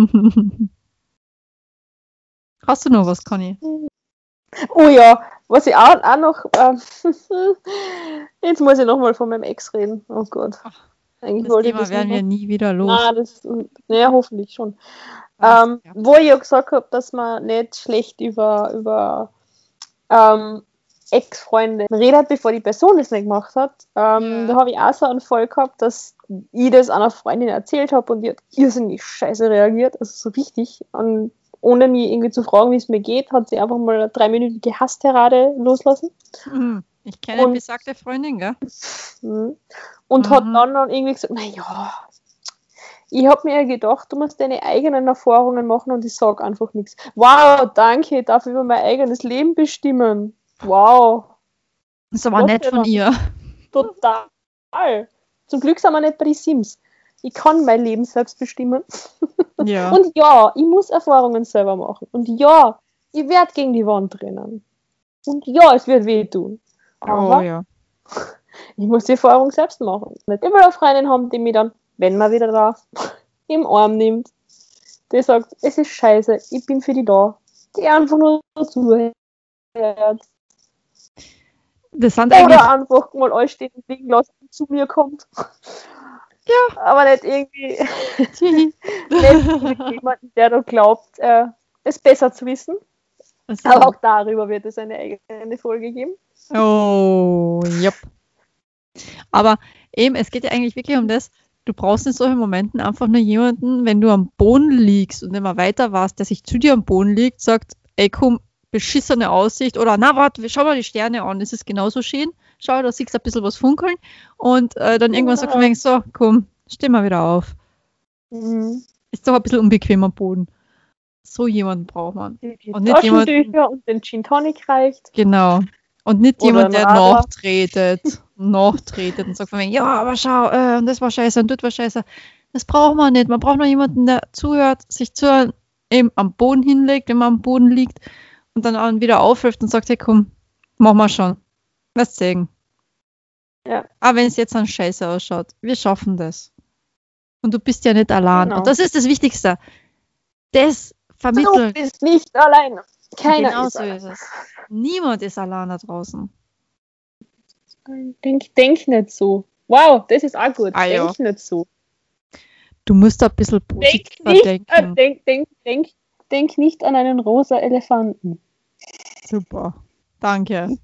Hast du noch was, Conny? Oh ja, was ich auch, auch noch, ähm, jetzt muss ich nochmal von meinem Ex reden. Oh Gott. Eigentlich das Thema das werden wir nie wieder los. Nein, das, naja, hoffentlich schon. Ähm, ja. Wo ich ja gesagt habe, dass man nicht schlecht über, über ähm, Ex-Freunde redet, bevor die Person das nicht gemacht hat. Ähm, ja. Da habe ich auch so einen Fall gehabt, dass ich das einer Freundin erzählt habe und die hat irrsinnig scheiße reagiert, also so richtig. Und ohne mich irgendwie zu fragen, wie es mir geht, hat sie einfach mal eine dreiminütige Hasstirade loslassen. Mhm. Ich kenne eine besagte Freundin, gell? Und mhm. hat dann, dann irgendwie gesagt, naja, ich habe mir ja gedacht, du musst deine eigenen Erfahrungen machen und ich sage einfach nichts. Wow, danke, ich darf über mein eigenes Leben bestimmen. Wow. Das ist aber nett von ihr. Total. Zum Glück sind wir nicht bei den Sims. Ich kann mein Leben selbst bestimmen. Ja. Und ja, ich muss Erfahrungen selber machen. Und ja, ich werde gegen die Wand rennen. Und ja, es wird wehtun. Aber oh, ja. ich muss die Erfahrung selbst machen. Ich will auch Freundinnen haben, die mich dann wenn man wieder darf, im Arm nimmt, die sagt, es ist scheiße, ich bin für die da, die einfach nur zuhört. Das sind eigentlich, Oder einfach mal alles stehen und liegen lassen und zu mir kommt. Ja. Aber nicht irgendwie nicht jemanden, der da glaubt, äh, es besser zu wissen. also, Aber auch darüber wird es eine eigene Folge geben. oh, jupp. Aber eben, es geht ja eigentlich wirklich um das, du brauchst in solchen Momenten einfach nur jemanden, wenn du am Boden liegst und immer weiter warst, der sich zu dir am Boden liegt, sagt, ey komm, beschissene Aussicht oder na warte, schau mal die Sterne an, das ist genauso schön, schau, da siehst du ein bisschen was funkeln und äh, dann irgendwann sagt man, so, komm, steh mal wieder auf. Mhm. Ist doch ein bisschen unbequem am Boden. So jemanden braucht man. Die, die Und nicht jemand- Taschentücher und den Gin Tonic reicht. Genau. Und nicht Oder jemand, ein der Radler. nachtretet, nachtretet und sagt von wegen, ja, aber schau, äh, und das war scheiße und das war scheiße. Das braucht man nicht. Man braucht nur jemanden, der zuhört, sich zuhört, eben am Boden hinlegt, wenn man am Boden liegt und dann auch wieder aufhilft und sagt, hey komm, mach mal schon. Lass sehen. Ja. Aber wenn es jetzt dann scheiße ausschaut, wir schaffen das. Und du bist ja nicht allein. Genau. Und das ist das Wichtigste. Das Du vermitteln. bist nicht alleine. Keiner Genau ist so alleine. ist es. Niemand ist allein da draußen. Denk, denk nicht so. Wow, das ist auch gut. Ah, ja. denk nicht so. Du musst ein bisschen Denk positiver nicht, denken. äh, denk, denk, denk, denk nicht an einen rosa Elefanten. Super. Danke.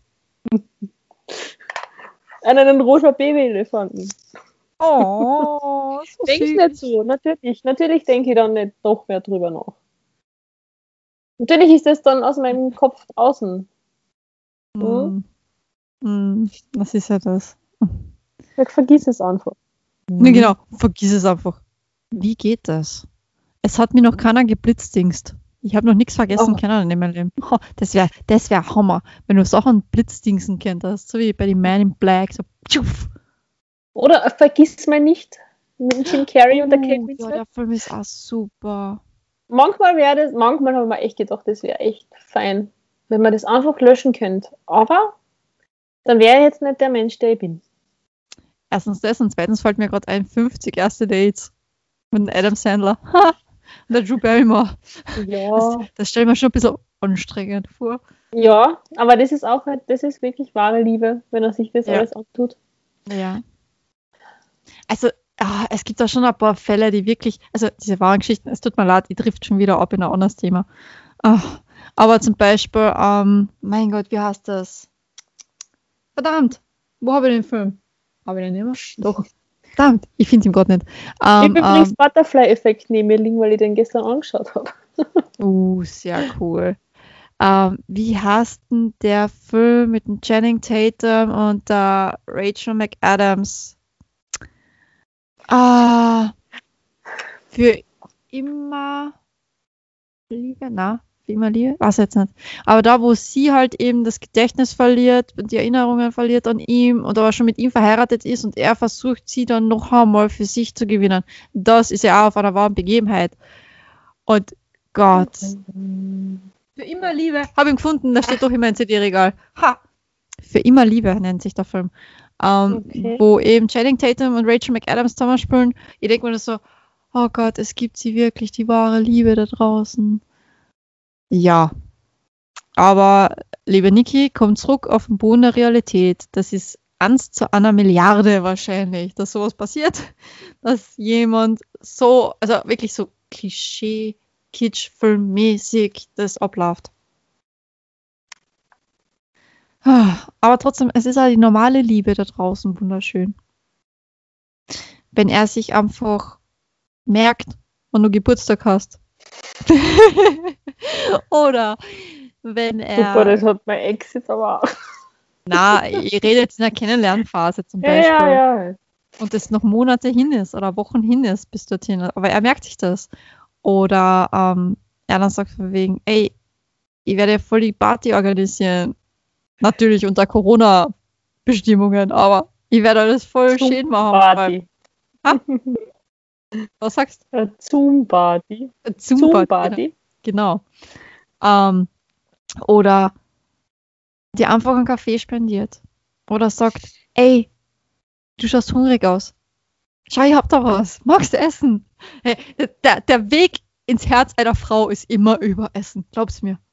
An einen rosa Baby-Elefanten. Oh, so Denk süß. nicht so. Natürlich, natürlich denke ich dann nicht noch mehr drüber nach. Natürlich ist das dann aus meinem Kopf draußen. Hm. Hm, das ist ja das. Ich vergiss es einfach. Ne, genau, vergiss es einfach. Wie geht das? Es hat mir noch keiner geblitzdingst. Ich habe noch nichts vergessen Oh. können in meinem Leben. Oh, das wäre das wär Hammer, wenn du Sachen blitzdingsen könntest, so wie bei den Man in Black. So, pschuff. Oder äh, vergiss mal nicht mit dem Jim Carrey und der Kate Oh, ja, Winslet. der Film ist auch super. Manchmal wäre das, manchmal habe ich mir echt gedacht, das wäre echt fein, wenn man das einfach löschen könnte. Aber dann wäre ich jetzt nicht der Mensch, der ich bin. Erstens das und zweitens fällt mir gerade ein, fünfzig erste Dates mit dem Adam Sandler. Ha! Und der Drew Barrymore. Ja. Das, das stelle ich mir schon ein bisschen anstrengend vor. Ja, aber das ist auch halt, das ist wirklich wahre Liebe, wenn er sich das Ja. alles antut. Ja. Also, ah, es gibt da schon ein paar Fälle, die wirklich, also diese wahren Geschichten, es tut mir leid, die trifft schon wieder ab in ein anderes Thema. Ah, aber zum Beispiel, ähm, mein Gott, wie heißt das? Verdammt, wo habe ich den Film? Habe ich den nicht mehr? Doch. Verdammt, ich finde ihn gerade nicht. ich Ähm, habe übrigens Butterfly-Effekt neben mir liegen, weil ich den gestern angeschaut habe. ähm, uh, sehr cool. Ähm, wie heißt denn der Film mit dem Channing Tatum und der Rachel McAdams? Ah, für immer Liebe? Na, für immer Liebe? Weiß jetzt nicht. Aber da, wo sie halt eben das Gedächtnis verliert und die Erinnerungen verliert an ihm und aber schon mit ihm verheiratet ist und er versucht, sie dann noch einmal für sich zu gewinnen. Das ist ja auch auf einer wahren Begebenheit. Und Gott. Für immer Liebe. Habe ihn gefunden, da steht doch immer ein C D-Regal. Ha! Für immer Liebe nennt sich der Film. Ähm, Okay. Wo eben Channing Tatum und Rachel McAdams zusammenspielen. Ich denke mir das so, oh Gott, es gibt sie wirklich, die wahre Liebe da draußen. Ja. Aber, liebe Niki, komm zurück auf den Boden der Realität. Das ist eins zu einer Milliarde wahrscheinlich, dass sowas passiert. Dass jemand so, also wirklich so Klischee, Kitsch-Filmmäßig das abläuft. Aber trotzdem, es ist halt die normale Liebe da draußen wunderschön. Wenn er sich einfach merkt, wenn du Geburtstag hast. Oder wenn er... Super, das hat mein Ex jetzt aber auch. Na, ihr redet in der Kennenlernphase zum Ja, Beispiel. ja, ja. Und es noch Monate hin ist oder Wochen hin ist bis dorthin. Aber er merkt sich das. Oder ähm, er dann sagt von wegen, ey, ich werde voll die Party organisieren. Natürlich unter Corona-Bestimmungen, aber ich werde alles voll Zum schön machen. Party. Was sagst Äh, Zum Party. du? Zum Zum Party. Genau. Ähm, oder dir einfach einen Kaffee spendiert. Oder sagt, ey, du schaust hungrig aus. Schau, ich hab da was. Magst du essen? Hey, der, der Weg ins Herz einer Frau ist immer über Essen. Glaub's mir.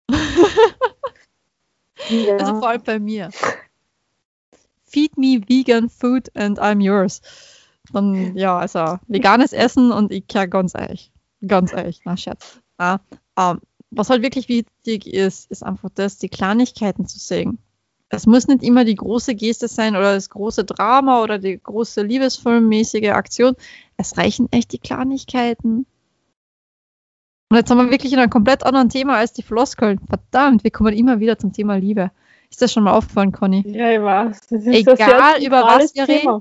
Ja. Also vor allem bei mir. Feed me vegan food and I'm yours. Dann, ja, also veganes Essen und ich ja ganz ehrlich. Ganz ehrlich, na Scherz. Ja, ähm, was halt wirklich wichtig ist, ist einfach das, die Kleinigkeiten zu sehen. Es muss nicht immer die große Geste sein oder das große Drama oder die große liebesfilmmäßige Aktion. Es reichen echt die Kleinigkeiten. Und jetzt haben wir wirklich in einem komplett anderen Thema als die Floskeln. Verdammt, wir kommen immer wieder zum Thema Liebe. Ist das schon mal aufgefallen, Conny? Ja, ich weiß. Das ist Egal, ein sehr über was zentrales wir Thema.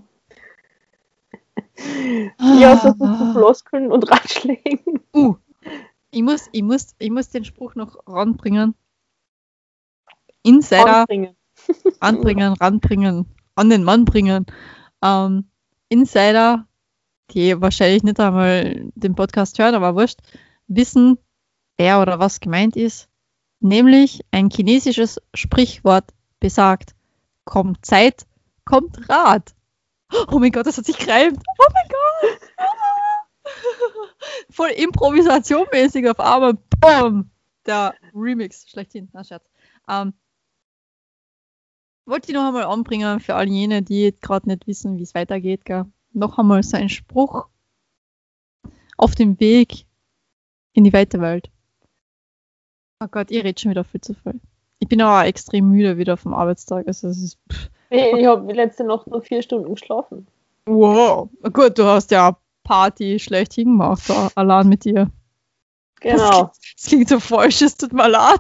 Ja, so zu Floskeln und Ratschlägen. Uh, ich muss, ich muss, ich muss den Spruch noch ranbringen. Insider Anbringen. anbringen, ranbringen, an den Mann bringen. Ähm, Insider, die wahrscheinlich nicht einmal den Podcast hören, aber wurscht, wissen, wer oder was gemeint ist. Nämlich ein chinesisches Sprichwort besagt, kommt Zeit, kommt Rat. Oh mein Gott, das hat sich gereimt. Oh mein Gott. Voll improvisationmäßig auf einmal. Boom. Der Remix schlechthin. Na, Scherz. Ähm, wollte ich noch einmal anbringen für all jene, die gerade nicht wissen, wie es weitergeht. Gell? Noch einmal so ein Spruch auf dem Weg in die weite Welt. Oh Gott, ihr redet schon wieder viel zu viel. Ich bin auch extrem müde wieder vom Arbeitstag. Also es ist, pff. Ich habe letzte Nacht nur vier Stunden geschlafen. Wow. Gut, du hast ja Party schlechthin gemacht, da, allein mit dir. Genau. Das, das klingt so falsch, es tut mir leid.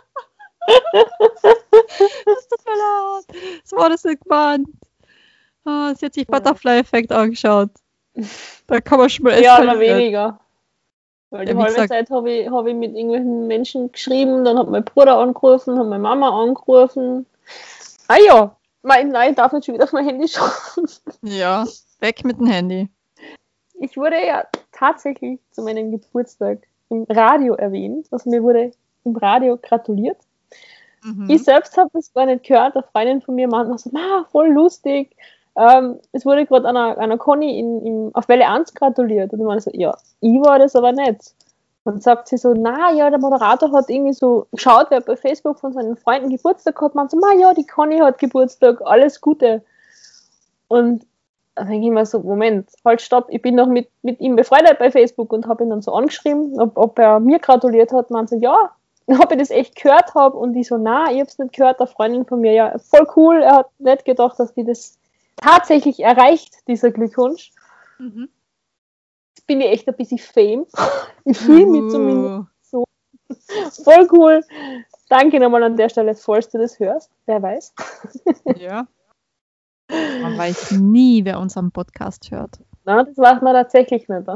Es tut mir leid. Das war das nicht gemeint. Ah, sie hat sich Butterfly-Effekt angeschaut. Da kann man schon mal Ja, eskalieren. oder weniger. Weil die Ja, wie halbe gesagt- Zeit habe ich, hab ich mit irgendwelchen Menschen geschrieben, dann hat mein Bruder angerufen, hat meine Mama angerufen. Ah ja, mein, nein, ich darf nicht schon wieder auf mein Handy schauen. Ja, weg mit dem Handy. Ich wurde ja tatsächlich zu meinem Geburtstag im Radio erwähnt. Also mir wurde im Radio gratuliert. Mhm. Ich selbst habe das gar nicht gehört. Eine Freundin von mir meinte so, ah, voll lustig. Ähm, es wurde gerade einer, einer Conny in, in, auf Welle eins gratuliert. Und ich meine so, ja, ich war das aber nicht. Dann sagt sie so, na ja, der Moderator hat irgendwie so geschaut, wer bei Facebook von seinen Freunden Geburtstag hat. Man so, na ja, die Conny hat Geburtstag, alles Gute. Und dann denke ich mir so, Moment, halt, stopp, ich bin noch mit, mit ihm befreundet bei Facebook und habe ihn dann so angeschrieben, ob, ob er mir gratuliert hat. Man so, ja, ob ich das echt gehört habe. Und ich so, na, ich habe es nicht gehört. Eine Freundin von mir, ja, voll cool. Er hat nicht gedacht, dass die das tatsächlich erreicht, dieser Glückwunsch. Mhm. Jetzt bin ich echt ein bisschen fame. Ich fühle mich zumindest Uh, voll cool. Danke nochmal an der Stelle, falls du das hörst. Wer weiß. ja. Man weiß nie, wer unseren Podcast hört. Na, das weiß man tatsächlich nicht.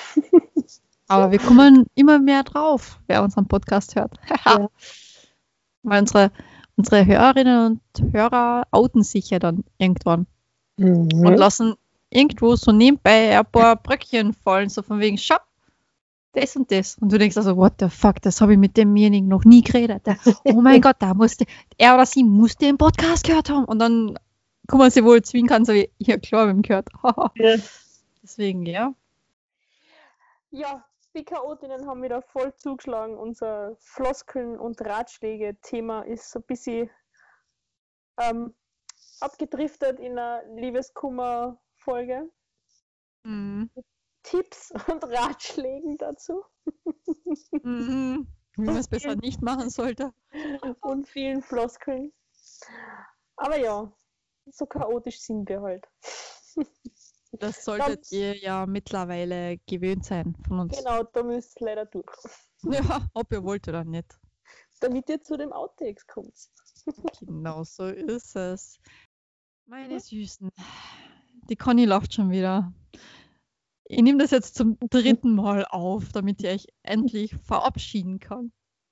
Aber wir kommen immer mehr drauf, wer unseren Podcast hört. Ja. Weil unsere, unsere Hörerinnen und Hörer outen sich ja dann irgendwann und Mhm. lassen irgendwo so nebenbei ein paar Bröckchen fallen, so von wegen, schau, das und das. Und du denkst also, what the fuck, das habe ich mit demjenigen noch nie geredet. Der, oh mein Gott, da musste, er oder sie musste den Podcast gehört haben. Und dann kann man sie wohl zwinkern, so wie, ja klar, wir haben gehört. Ja. Deswegen, ja. Ja, die Chaotinnen haben wieder voll zugeschlagen. Unser Floskeln- und Ratschläge-Thema ist so ein bisschen ähm, abgedriftet in einer Liebeskummer-Folge. Mhm. Tipps und Ratschlägen dazu Mhm. Wie man es besser nicht machen sollte. und vielen Floskeln. Aber ja, so chaotisch sind wir halt. Das solltet Ganz- ihr ja mittlerweile gewöhnt sein von uns. Genau, da müsst ihr leider durch. Ja, ob ihr wollt oder nicht. Damit ihr zu dem Outtakes kommt. Genau so ist es. Meine Süßen. Die Conny lacht schon wieder. Ich nehme das jetzt zum dritten Mal auf, damit ich euch endlich verabschieden kann.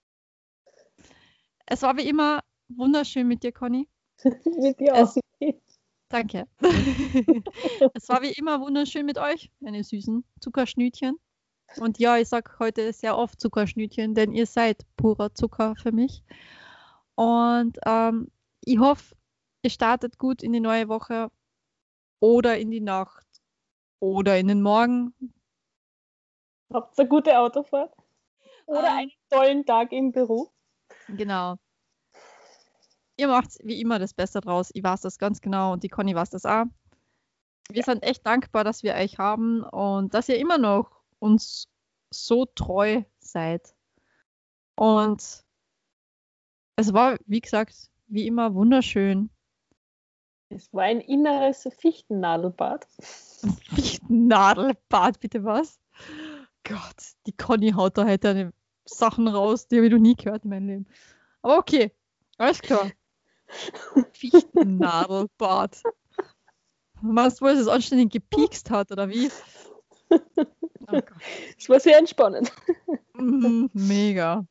Es war wie immer wunderschön mit dir, Conny. Mit dir Es- auch. Danke. Es war wie immer wunderschön mit euch, meine süßen Zuckerschnütchen. Und ja, ich sage heute sehr oft Zuckerschnütchen, denn ihr seid purer Zucker für mich. Und ähm, ich hoffe, ihr startet gut in die neue Woche oder in die Nacht oder in den Morgen. Habt ihr eine gute Autofahrt? Oder Ähm. einen tollen Tag im Büro? Genau. Ihr macht wie immer das Beste draus. Ich weiß das ganz genau und die Conny weiß das auch. Wir sind echt dankbar, dass wir euch haben und dass ihr immer noch uns so treu seid. Und es war, wie gesagt, wie immer wunderschön. Es war ein inneres Fichtennadelbad. Fichtennadelbad, bitte was? Gott, die Conny haut da heute eine Sachen raus, die habe ich noch nie gehört in meinem Leben. Aber okay, alles klar. Fichtennadelbad. Meinst du, wo es anständig gepiekst hat, oder wie? Oh Gott. Es war sehr entspannend. Mhm, mega.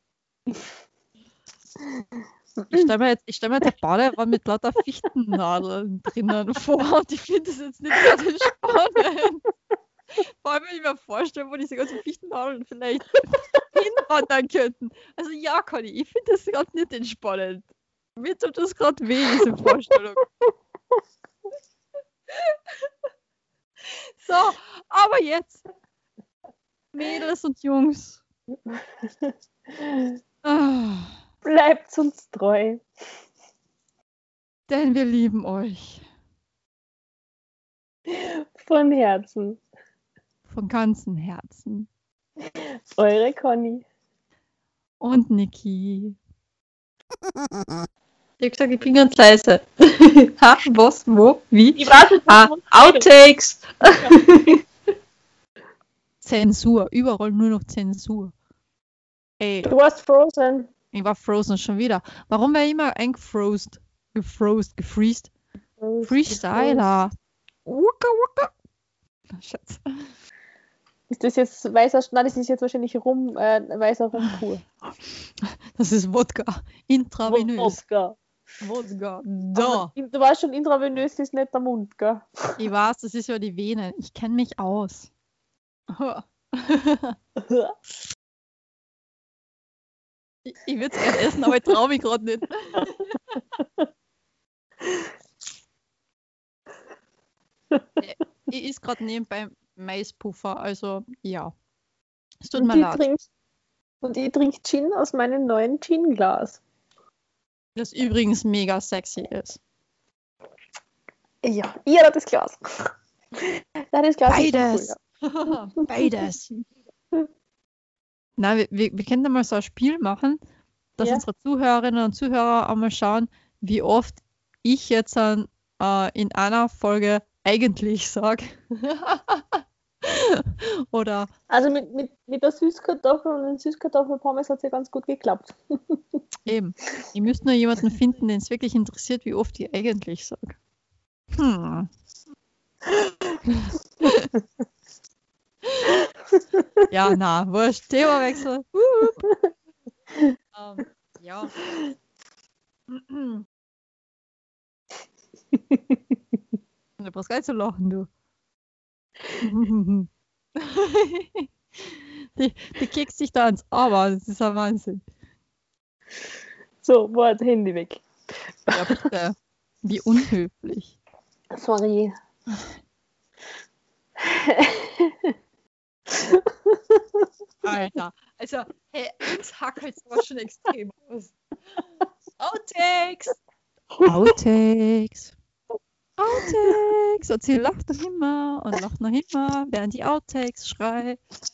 Ich stelle mir jetzt, ich stell mir jetzt eine Badewanne mit lauter Fichtennadeln drinnen vor und ich finde das jetzt nicht gerade entspannend. Vor allem, wenn ich mir vorstelle, wo diese ganzen Fichtennadeln vielleicht hinwandern könnten. Also ja, Conny, ich finde das gerade nicht entspannend. Mir tut das gerade weh, diese Vorstellung. So, aber jetzt, Mädels und Jungs, ah, Bleibt uns treu. denn wir lieben euch Von Herzen. von ganzem Herzen. Eure Conny. Und Niki. Ich hab gesagt, ich bin ganz leise. Ha, was, wo, wie? Ich weiß nicht, Ah, was man- Outtakes. Zensur, überall nur noch Zensur. Ey, Du warst Frozen. ich war Frozen schon wieder. Warum war ich immer eingefrozen? Gefrozen, gefreezed? Freestyler. Waka waka. Schatz. Ist das jetzt weißer, nein, das ist jetzt wahrscheinlich Rum, äh, weißer Rum pur. Das ist Wodka. Intravenös. Wodka. Wodka. Aber Da. Du weißt schon, intravenös ist nicht der Mund, gell? Ich weiß, das ist ja die Vene. Ich kenne mich aus. Ich, ich würde es gerne essen, aber ich traue mich gerade nicht. Äh, ich is gerade nebenbei Maispuffer, also ja. Es tut Und mir ich leid. trink, und ich trinke Gin aus meinem neuen Gin-Glas. Das übrigens mega sexy ist. Ja, ihr habt das Glas. Nein, das Glas Beides. ist schon cool, ja. Beides. Na, wir, wir, wir können da mal so ein Spiel machen, dass Ja. unsere Zuhörerinnen und Zuhörer einmal schauen, wie oft ich jetzt an, äh, in einer Folge eigentlich sage. Oder Also mit, mit, mit der Süßkartoffel und den Süßkartoffelpommes hat es ja ganz gut geklappt. eben. Ihr müsst nur jemanden finden, den es wirklich interessiert, wie oft ich eigentlich sage. Hm. Ja, na, wurscht. Themawechsel. ähm, ja. Du brauchst gar nicht zu lachen, du. die, die kickst sich da ans Aber, das ist ein Wahnsinn. So, Wort, Handy weg. Ja, bitte. Wie unhöflich. Sorry. Alter. Also, hey, uns hackelt es aber schon extrem aus. Outtakes! Outtakes! Outtakes! Und sie lacht noch immer und lacht noch immer, während die Outtakes schreit.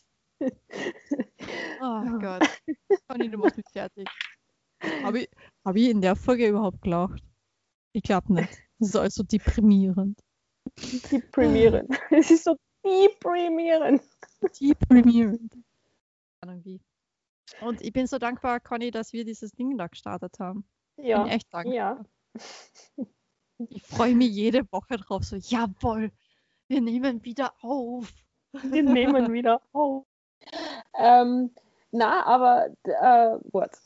Oh Gott. Conny, du machst mich fertig. Habe ich, hab ich in der Folge überhaupt gelacht? Ich glaube nicht. Das ist also deprimierend. Deprimierend. Es ist so deprimierend. Deprimierend. Keine Ahnung wie. Und ich bin so dankbar, Conny, dass wir dieses Ding da gestartet haben. Ja. Bin echt dankbar. Ja. Ich freue mich jede Woche drauf. So, jawohl, wir nehmen wieder auf. Wir nehmen wieder auf. Ähm, na, aber äh, Wort.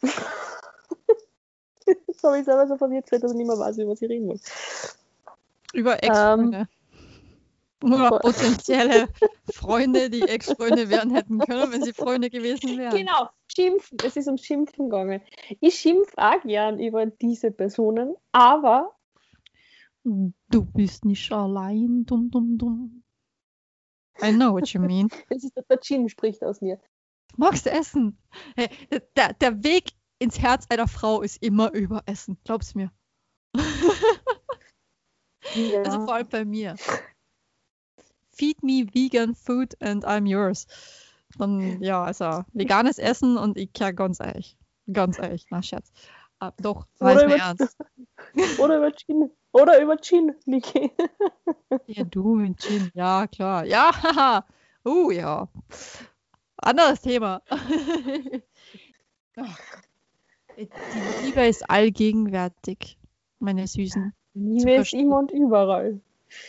Jetzt habe ich selber so verwirrt, dass ich nicht mehr weiß, wie man sie reden muss. Über Ex-Freunde. Oder potenzielle Freunde, die Ex-Freunde werden hätten können, wenn sie Freunde gewesen wären. Genau, schimpfen. Es ist ums Schimpfen gegangen. Ich schimpfe auch gern über diese Personen, aber Du bist nicht allein, dumm, dumm, dumm. I know what you mean. Das ist der Gin spricht aus mir. Magst du essen? Hey, der, der Weg ins Herz einer Frau ist immer über Essen. Glaub's mir. Ja. Also vor allem bei mir. Feed me vegan food and I'm yours. Dann, ja, also veganes Essen und ich kehr ganz ehrlich. Ganz ehrlich, na Scherz. Ah, doch, weiß Oder mir über, ernst. oder über Gin. Oder über Gin, Niki. Ja, du mit Gin, ja, klar. Ja, haha. Uh, ja. Anderes Thema. Ach Gott. Die Liebe ist allgegenwärtig, meine Süßen. Liebe ist immer und überall.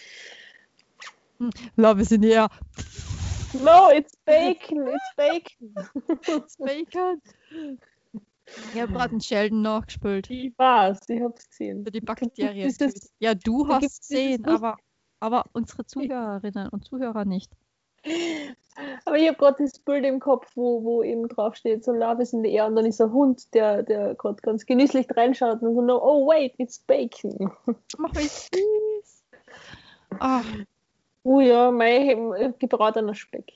Love is in the air. No, it's bacon, it's bacon. It's bacon. Ich habe gerade einen Sheldon nachgespielt. Ich weiß, ich hab's gesehen. Für die Bakterien. Dieses- Ja, du da hast gibt's es gesehen, dieses- aber, aber unsere Zuhörerinnen und Zuhörer nicht. Aber ich habe gerade das Bild im Kopf, wo, wo eben draufsteht, so Love is in the air und dann ist ein Hund, der, der gerade ganz genüsslich reinschaut und so, no, oh wait, it's bacon. Mach mich süß. Ah, Oh ja, mein gebratener Speck.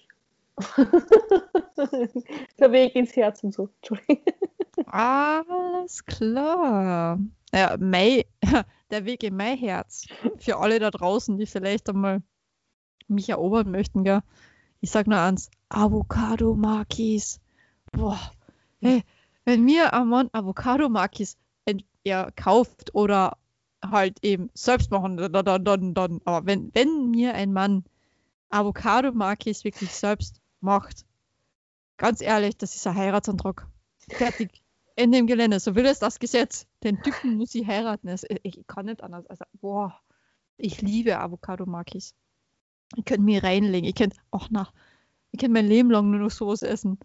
Der Weg ins Herz und so. Entschuldigung. alles klar. Ja, Mai, der Weg in mein Herz. Für alle da draußen, die vielleicht einmal mich erobern möchten, gell? Ich sag nur eins, Avocado-Makis. Boah, hey, wenn mir ein Mann Avocado-Makis ent- ja, kauft oder halt eben selbst machen, dann, dann, dann, dann. Aber wenn, wenn mir ein Mann Avocado-Makis wirklich selbst macht, ganz ehrlich, das ist ein Heiratsantrag. Fertig. Ende im Gelände. So will es das Gesetz. Den Typen muss ich heiraten. Es, ich, ich kann nicht anders. Also, boah, ich liebe Avocado-Makis. Ich könnte mir reinlegen. Ich könnte, ach na, ich könnte mein Leben lang nur noch sowas essen.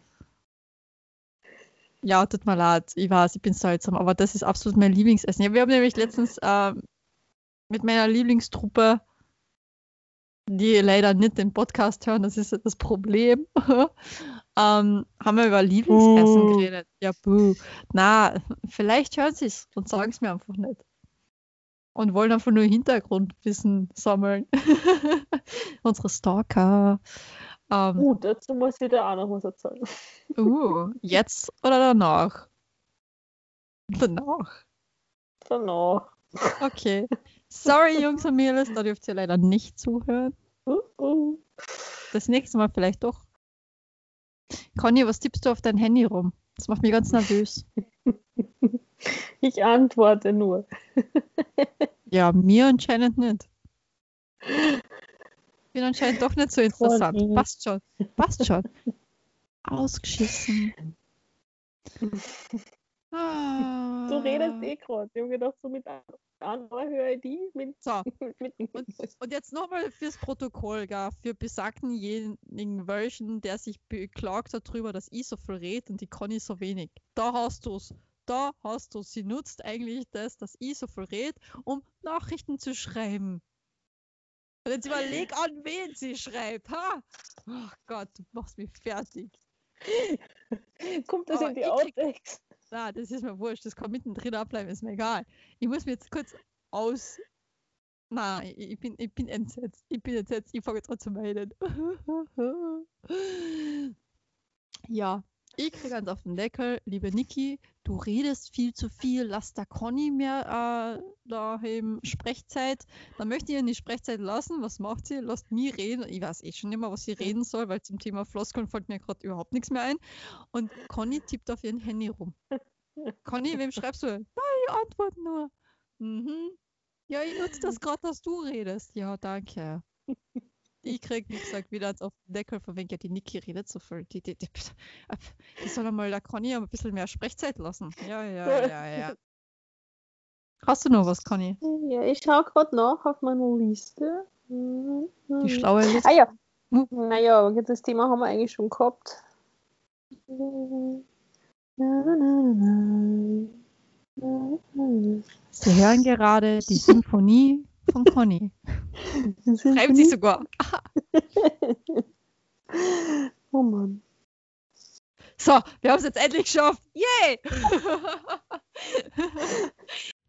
Ja, tut mir leid. Ich weiß, ich bin seltsam, aber das ist absolut mein Lieblingsessen. Ja, wir haben nämlich letztens ähm, mit meiner Lieblingstruppe, die leider nicht den Podcast hören, das ist das Problem, ähm, haben wir über Lieblingsessen Buh. geredet. Ja, buh. Na, vielleicht hören sie es und sagen es mir einfach nicht. Und wollen einfach nur Hintergrundwissen sammeln. Unsere Stalker. Ähm, Uh, dazu muss ich dir auch noch was erzählen. uh, jetzt oder danach? Danach. Danach. Okay. Sorry, Jungs und Mädels, da dürft ihr leider nicht zuhören. Uh, uh. Das nächste Mal vielleicht doch. Conny, was tippst du auf dein Handy rum? Das macht mich ganz nervös. Ich antworte nur. Ja, mir anscheinend nicht. Bin anscheinend doch nicht so interessant. Conny. Passt schon. Passt schon. Ausgeschissen. Ah. Du redest eh gerade. Ich habe gedacht, so mit anderer höre ich die. Mit, So, mit, und, und jetzt nochmal fürs Protokoll, gell, für besagten jenigen Welchen, der sich beklagt hat darüber, dass ich so viel rede und die Conny so wenig. Da hast du's. Da hast du. Sie nutzt eigentlich das, dass ich so viel rede, um Nachrichten zu schreiben. Und jetzt überleg an, wen sie schreibt, ha? Ach Gott, du machst mich fertig. Kommt das Aber in die ich krieg- Outtakes? Na, das ist mir wurscht, das kann mittendrin abbleiben, ist mir egal. Ich muss mir jetzt kurz aus... Nein, ich ich bin, ich bin entsetzt. Ich bin entsetzt, ich fange jetzt an zu weinen. Ja, ich kriege eins auf den Deckel. Liebe Niki, du redest viel zu viel. Lass der Conny mehr äh, da im Sprechzeit. Dann möchte ich ihr die Sprechzeit lassen. Was macht sie? Lasst mich reden. Ich weiß eh schon immer, was sie reden soll, weil zum Thema Floskeln fällt mir gerade überhaupt nichts mehr ein. Und Conny tippt auf ihren Handy rum. Conny, wem schreibst du? Nein, ich antworte nur. Mhm. Ja, ich nutze das gerade, dass du redest. Ja, danke. Ich krieg, wie gesagt, wieder eins auf den Deckel von wegen, ja, die Niki redet so viel. Die, die, die, die soll einmal der Conny ein bisschen mehr Sprechzeit lassen. Ja, ja, ja, ja. Hast du noch was, Conny? Ja, ich schaue gerade nach auf meiner Liste. Die schlaue Liste? Ah ja. Hm? Naja, aber das Thema haben wir eigentlich schon gehabt. Sie hören gerade die Symphonie von Conny. Schreibt sie sogar. Oh Mann. So, wir haben es jetzt endlich geschafft. Yay!